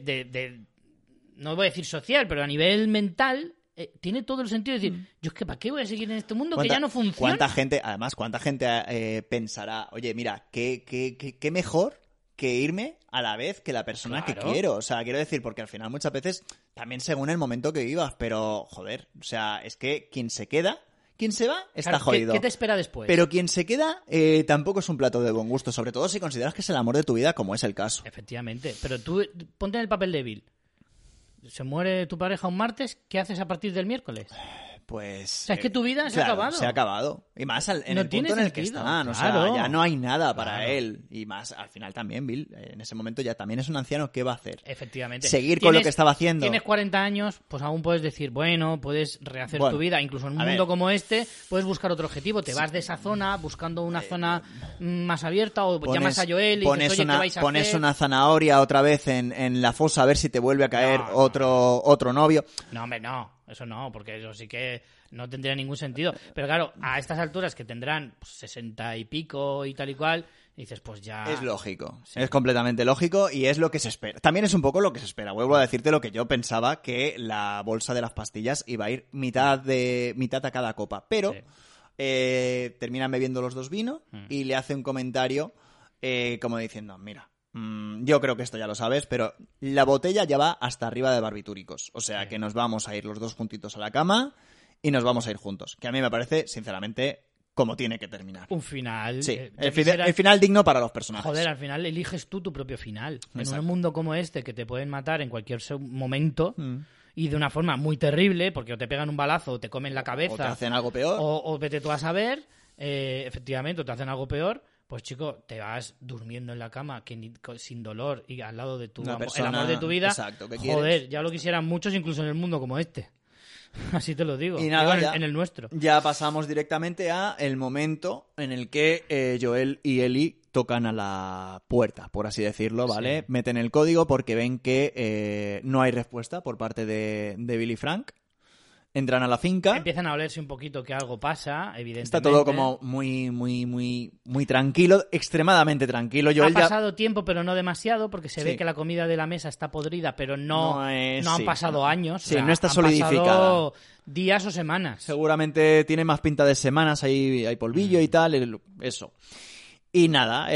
no voy a decir social, pero a nivel mental, tiene todo el sentido de decir, yo es que ¿para qué voy a seguir en este mundo que ya no funciona? ¿Cuánta gente pensará, oye, mira, qué mejor que irme a la vez que la persona que quiero? O sea, quiero decir, porque al final muchas veces, también según el momento que vivas, pero, joder, o sea, es que quien se queda, quien se va, está jodido. ¿Qué te espera después? Pero quien se queda tampoco es un plato de buen gusto, sobre todo si consideras que es el amor de tu vida, como es el caso. Efectivamente, pero tú ponte en el papel de Bill. Se muere tu pareja un martes, ¿qué haces a partir del miércoles? Pues... O sea, es que tu vida se ha acabado. Se ha acabado. Y más en el punto en el que están. O sea, ya no hay nada para él. Y más, al final también, Bill, en ese momento ya también es un anciano. ¿Qué va a hacer? Efectivamente. Seguir con lo que estaba haciendo. Tienes 40 años, pues aún puedes decir, bueno, puedes rehacer tu vida. Incluso en un mundo como este, puedes buscar otro objetivo. Te vas de esa zona, buscando una zona más abierta, o llamas a Joel y dices, oye, ¿qué vais a pones hacer? una zanahoria otra vez en la fosa a ver si te vuelve a caer otro novio. No, hombre, no. Eso no, porque eso sí que no tendría ningún sentido. Pero claro, a estas alturas que tendrán 60 y pico y tal y cual, dices, pues ya... Es lógico, Sí. es completamente lógico y es lo que se espera. También es un poco lo que se espera. Vuelvo a decirte lo que yo pensaba, que la bolsa de las pastillas iba a ir mitad a cada copa. Pero Sí. terminan bebiendo los dos vino y le hace un comentario como diciendo, mira, yo creo que esto ya lo sabes, pero la botella ya va hasta arriba de barbitúricos. O sea que nos vamos a ir los dos juntitos a la cama y nos vamos a ir juntos. Que a mí me parece, sinceramente, como tiene que terminar. Un final... Sí, yo el final digno para los personajes. Joder, al final eliges tú tu propio final. En Exacto. un mundo como este, que te pueden matar en cualquier momento y de una forma muy terrible, porque o te pegan un balazo o te comen la cabeza... O te hacen algo peor. O vete tú a saber, efectivamente, o te hacen algo peor, pues chico, te vas durmiendo en la cama sin dolor y al lado de Una el persona, amor de tu vida. exacto, que joder, quieres. ya lo quisieran muchos, incluso en el mundo como este. Así te lo digo. Y nada, Digo, ya, en el nuestro. ya pasamos directamente a el momento en el que Joel y Ellie tocan a la puerta, por así decirlo, ¿vale? Sí. Meten el código porque ven que no hay respuesta por parte de Bill y Frank. Entran a la finca. Empiezan a olerse un poquito que algo pasa, evidentemente. Está todo como muy tranquilo, extremadamente tranquilo. Joel Ha pasado tiempo, pero no demasiado, porque se Sí. ve que la comida de la mesa está podrida, pero no han sí. pasado años. Sí, o sea, no está han solidificada. pasado días o semanas. Seguramente tiene más pinta de semanas, hay polvillo y tal, eso. Y nada,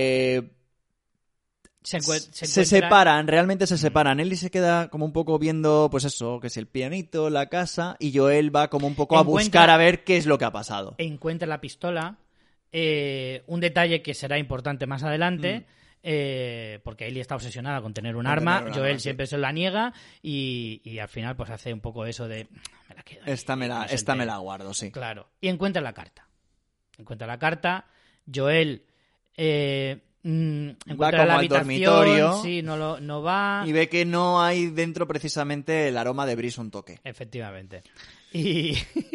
Se se separan, realmente se separan. Ellie se queda como un poco viendo, pues eso, que es el pianito, la casa, y Joel va como un poco a buscar a ver qué es lo que ha pasado. Encuentra la pistola, un detalle que será importante más adelante, porque Ellie está obsesionada con tener un arma, tener un Joel arma, sí. siempre se la niega y al final pues hace un poco eso de... Me la quedo aquí, Esta me no se la entere". guardo, sí. Claro. Y encuentra la carta. Joel encuentra como la al habitación, dormitorio sí, no va. Y ve que no hay dentro precisamente el aroma de bris un toque. Efectivamente. Y,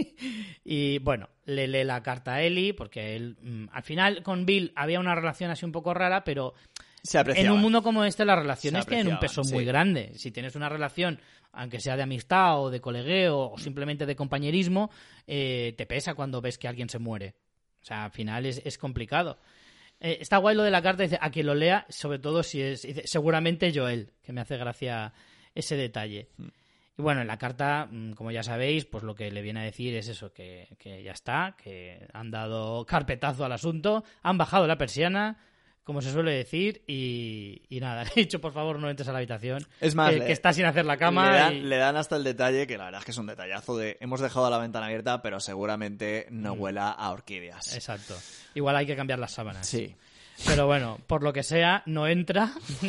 y bueno, le lee la carta a Ellie, porque él, al final con Bill había una relación así un poco rara, pero Se apreciaba. en un mundo como este las relaciones Se tienen un peso apreciaban, muy sí. grande. Si tienes una relación, aunque sea de amistad o de colegueo o simplemente de compañerismo, te pesa cuando ves que alguien se muere. O sea, al final es complicado. Está guay lo de la carta, dice, a quien lo lea, sobre todo si es... Dice, seguramente Joel, que me hace gracia ese detalle. Y bueno, en la carta, como ya sabéis, pues lo que le viene a decir es eso, que ya está, que han dado carpetazo al asunto, han bajado la persiana, como se suele decir, y nada, le he dicho, por favor, no entres a la habitación, Es más, que está sin hacer la cama. le dan hasta el detalle, que la verdad es que es un detallazo de hemos dejado la ventana abierta, pero seguramente no huela a orquídeas. Exacto. Igual hay que cambiar las sábanas. Sí. Pero bueno, por lo que sea, no entra.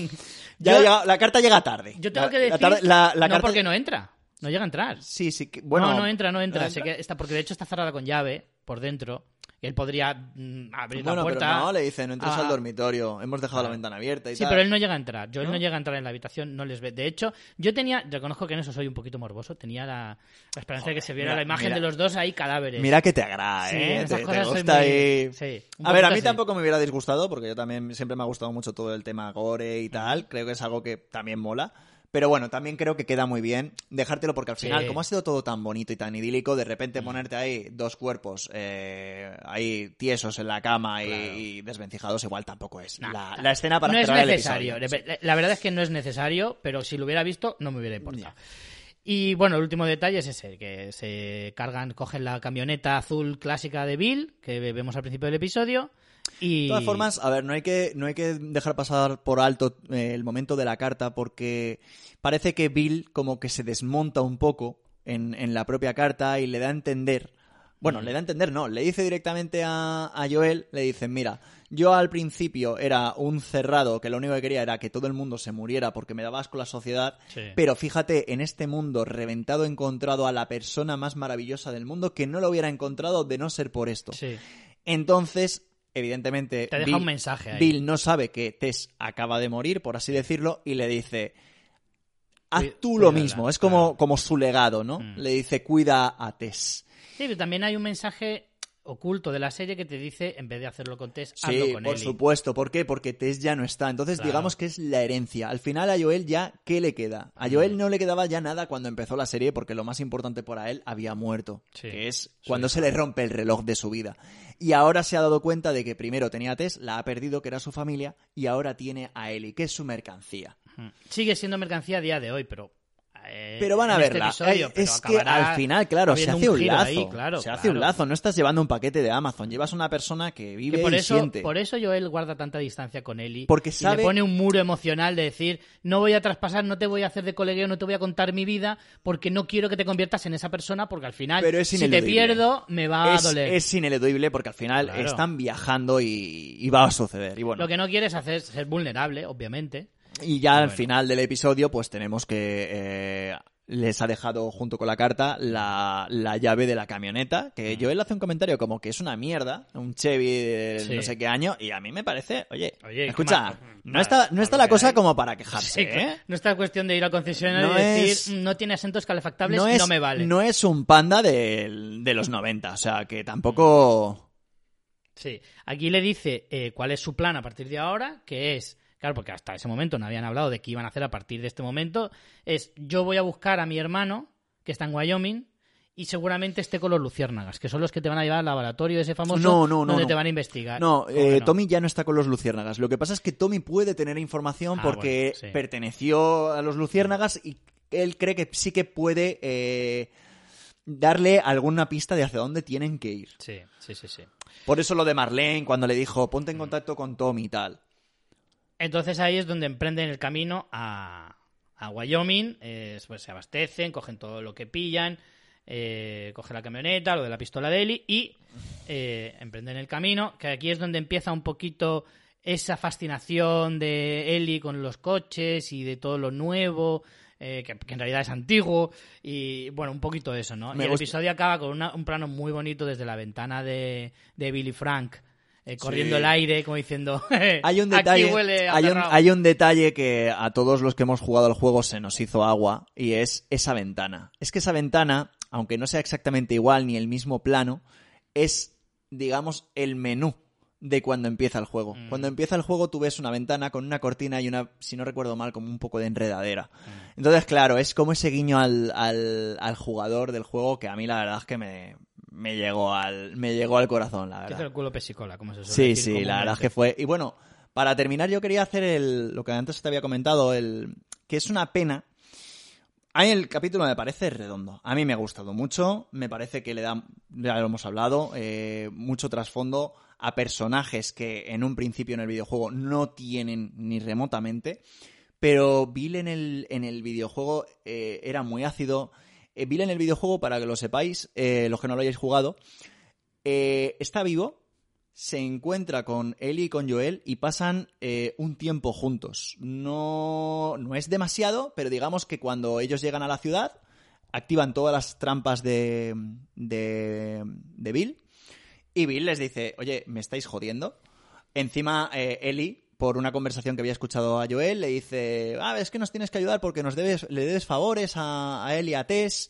La carta llega tarde. Yo tengo que La decir... la no, carta... porque no entra. No llega a entrar. Sí, bueno... No entra. Está, porque de hecho está cerrada con llave por dentro. Y él podría abrir la puerta. Pero no, le dice, no entres Ah, al dormitorio. Hemos dejado la ventana abierta y Sí, tal. pero él no llega a entrar. Joel ¿No? no llega a entrar en la habitación, no les ve. De hecho, reconozco que en eso soy un poquito morboso, tenía la esperanza de que se viera mira, la imagen mira. de los dos ahí cadáveres. Mira que te agrada, Sí, ¿eh? esas Te cosas soy gusta muy- ahí... sí, un A ver, a poquito mí sí. tampoco me hubiera disgustado, porque yo también siempre me ha gustado mucho todo el tema gore y tal. Creo que es algo que también mola. Pero bueno, también creo que queda muy bien dejártelo, porque al final, Sí. como ha sido todo tan bonito y tan idílico, de repente ponerte ahí dos cuerpos ahí tiesos en la cama y desvencijados, igual tampoco es No, la escena para no es cerrar el necesario. episodio. La verdad es que no es necesario, pero si lo hubiera visto, no me hubiera importado. Y bueno, el último detalle es ese, que se cogen la camioneta azul clásica de Bill, que vemos al principio del episodio, y... De todas formas, a ver, no hay que dejar pasar por alto el momento de la carta, porque parece que Bill como que se desmonta un poco en la propia carta y le da a entender... Bueno, le da a entender, no, le dice directamente a Joel, le dicen, mira, yo al principio era un cerrado que lo único que quería era que todo el mundo se muriera porque me daba asco la sociedad, Sí. pero fíjate, en este mundo reventado he encontrado a la persona más maravillosa del mundo que no lo hubiera encontrado de no ser por esto. Sí. Entonces... Evidentemente, Te deja un mensaje ahí. Bill no sabe que Tess acaba de morir, por así decirlo, y le dice, haz tú lo Cuídala, mismo. Es claro. como su legado, ¿no? Le dice, cuida a Tess. Sí, pero también hay un mensaje oculto de la serie que te dice, en vez de hacerlo con Tess, Sí, hazlo con por Ellie. supuesto. ¿Por qué? Porque Tess ya no está. Entonces, Claro. digamos que es la herencia. Al final, a Joel ya, ¿qué le queda? A Joel no le quedaba ya nada cuando empezó la serie, porque lo más importante para él había muerto. Sí. Que es cuando se le rompe el reloj de su vida. Y ahora se ha dado cuenta de que primero tenía a Tess, la ha perdido, que era su familia, y ahora tiene a Ellie, que es su mercancía. Sigue siendo mercancía a día de hoy, pero... Pero van a en verla. este episodio, pero Es que acabará al final, claro, se habiendo hace un giro lazo. ahí, claro, se hace claro. un lazo. No estás llevando un paquete de Amazon. Llevas una persona que vive Que por y eso, siente. por eso Joel guarda tanta distancia con Ellie. Porque y sabe- le pone un muro emocional de decir, no voy a traspasar, no te voy a hacer de colegueo, no te voy a contar mi vida, porque no quiero que te conviertas en esa persona, porque al final, Pero es si te ineludible. pierdo, me va a doler. Es ineludible porque al final Claro. están viajando y va a suceder. Y bueno, Lo que no quieres hacer es ser vulnerable, obviamente. y ya al bueno. final del episodio, pues tenemos que les ha dejado junto con la carta la llave de la camioneta. Que Joel hace un comentario como que es una mierda, un Chevy de Sí. no sé qué año, y a mí me parece, oye, Oye, escucha, ¿qué no más? está Por lo la que cosa hay. como para quejarse, Sí, ¿eh? no está cuestión de ir al concesionario No y decir, es- no tiene asientos calefactables, No es, no me vale. no es un panda de los 90, o sea, que tampoco... Sí, aquí le dice cuál es su plan a partir de ahora, que es, claro, porque hasta ese momento no habían hablado de qué iban a hacer a partir de este momento, es yo voy a buscar a mi hermano, que está en Wyoming, y seguramente esté con los luciérnagas, que son los que te van a llevar al laboratorio ese famoso No, donde no. te van a investigar. No, ¿Cómo que no? Tommy ya no está con los luciérnagas. Lo que pasa es que Tommy puede tener información Ah, porque bueno, sí. perteneció a los luciérnagas y él cree que sí que puede darle alguna pista de hacia dónde tienen que ir. Sí. Por eso lo de Marlene, cuando le dijo, ponte en contacto con Tommy y tal. Entonces ahí es donde emprenden el camino a Wyoming, pues se abastecen, cogen todo lo que pillan, cogen la camioneta, lo de la pistola de Ellie y emprenden el camino, que aquí es donde empieza un poquito esa fascinación de Ellie con los coches y de todo lo nuevo, que en realidad es antiguo, y bueno, un poquito eso, ¿no? Me y el gusta. episodio acaba con un plano muy bonito desde la ventana de Billy Frank, corriendo Sí. el aire, como diciendo, Hay un detalle, aquí huele a hay cerrado". un detalle que a todos los que hemos jugado al juego se nos hizo agua y es esa ventana. Es que esa ventana, aunque no sea exactamente igual ni el mismo plano, es, digamos, el menú de cuando empieza el juego. Cuando empieza el juego tú ves una ventana con una cortina y una, si no recuerdo mal, como un poco de enredadera. Entonces, claro, es como ese guiño al jugador del juego que a mí la verdad es que me llegó al corazón, la Que verdad. hizo el culo pesicola, como se suele Sí, decir sí, la verdad es comúnmente. que fue. Y bueno, para terminar yo quería hacer lo que antes te había comentado, que es una pena. A mí el capítulo me parece redondo. A mí me ha gustado mucho. Me parece que le da, ya lo hemos hablado, mucho trasfondo a personajes que en un principio en el videojuego no tienen ni remotamente. Pero Bill en el videojuego era muy ácido. Bill en el videojuego, para que lo sepáis, los que no lo hayáis jugado, está vivo, se encuentra con Ellie y con Joel y pasan un tiempo juntos. No es demasiado, pero digamos que cuando ellos llegan a la ciudad, activan todas las trampas de Bill y Bill les dice, oye, ¿me estáis jodiendo? Encima Ellie, por una conversación que había escuchado a Joel, le dice, es que nos tienes que ayudar porque le debes favores a él y a Tess.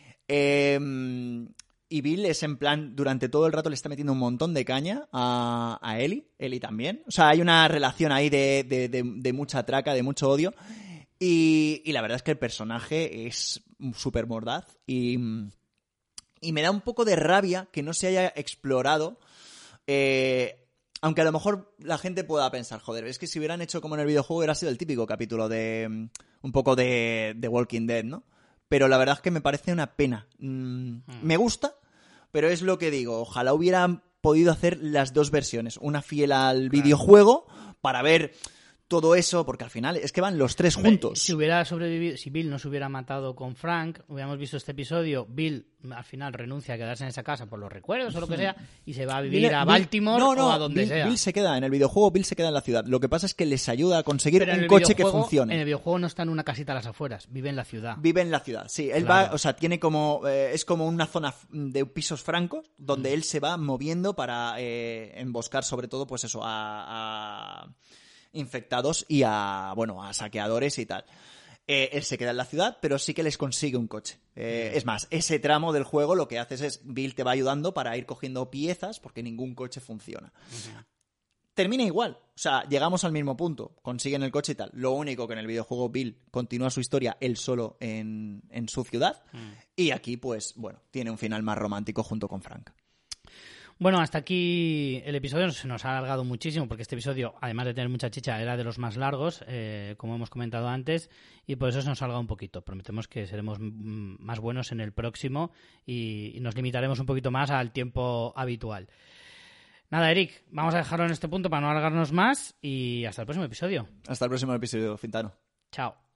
Y Bill es en plan, durante todo el rato le está metiendo un montón de caña a Ellie. Ellie también. O sea, hay una relación ahí de mucha traca, de mucho odio. Y la verdad es que el personaje es súper mordaz. Y me da un poco de rabia que no se haya explorado. Aunque a lo mejor la gente pueda pensar, joder, es que si hubieran hecho como en el videojuego hubiera sido el típico capítulo de un poco de Walking Dead, ¿no? Pero la verdad es que me parece una pena. Me gusta, pero es lo que digo. Ojalá hubieran podido hacer las dos versiones. Una fiel al videojuego para ver todo eso, porque al final es que van los tres juntos. Si hubiera sobrevivido, si Bill no se hubiera matado con Frank, hubiéramos visto este episodio, Bill al final renuncia a quedarse en esa casa por los recuerdos o lo que sea y se va a vivir a Baltimore o a donde sea. Bill se queda en el videojuego, Bill se queda en la ciudad. Lo que pasa es que les ayuda a conseguir Pero en un el coche que videojuego- funcione. En el videojuego no está en una casita a las afueras, vive en la ciudad. Vive en la ciudad, sí. Él Claro. va, o sea, tiene como... es como una zona de pisos francos donde él se va moviendo para emboscar sobre todo, pues eso, a infectados y a saqueadores y tal. Él se queda en la ciudad, pero sí que les consigue un coche. Es más, ese tramo del juego lo que haces es Bill te va ayudando para ir cogiendo piezas porque ningún coche funciona. Termina igual, o sea, llegamos al mismo punto, consiguen el coche y tal. Lo único que en el videojuego Bill continúa su historia él solo en su ciudad y aquí, pues, bueno, tiene un final más romántico junto con Frank. Bueno, hasta aquí el episodio. Se nos ha alargado muchísimo porque este episodio, además de tener mucha chicha, era de los más largos, como hemos comentado antes, y por eso se nos ha alargado un poquito. Prometemos que seremos más buenos en el próximo y nos limitaremos un poquito más al tiempo habitual. Nada, Eric, vamos a dejarlo en este punto para no alargarnos más y hasta el próximo episodio. Hasta el próximo episodio, Fintano. Chao.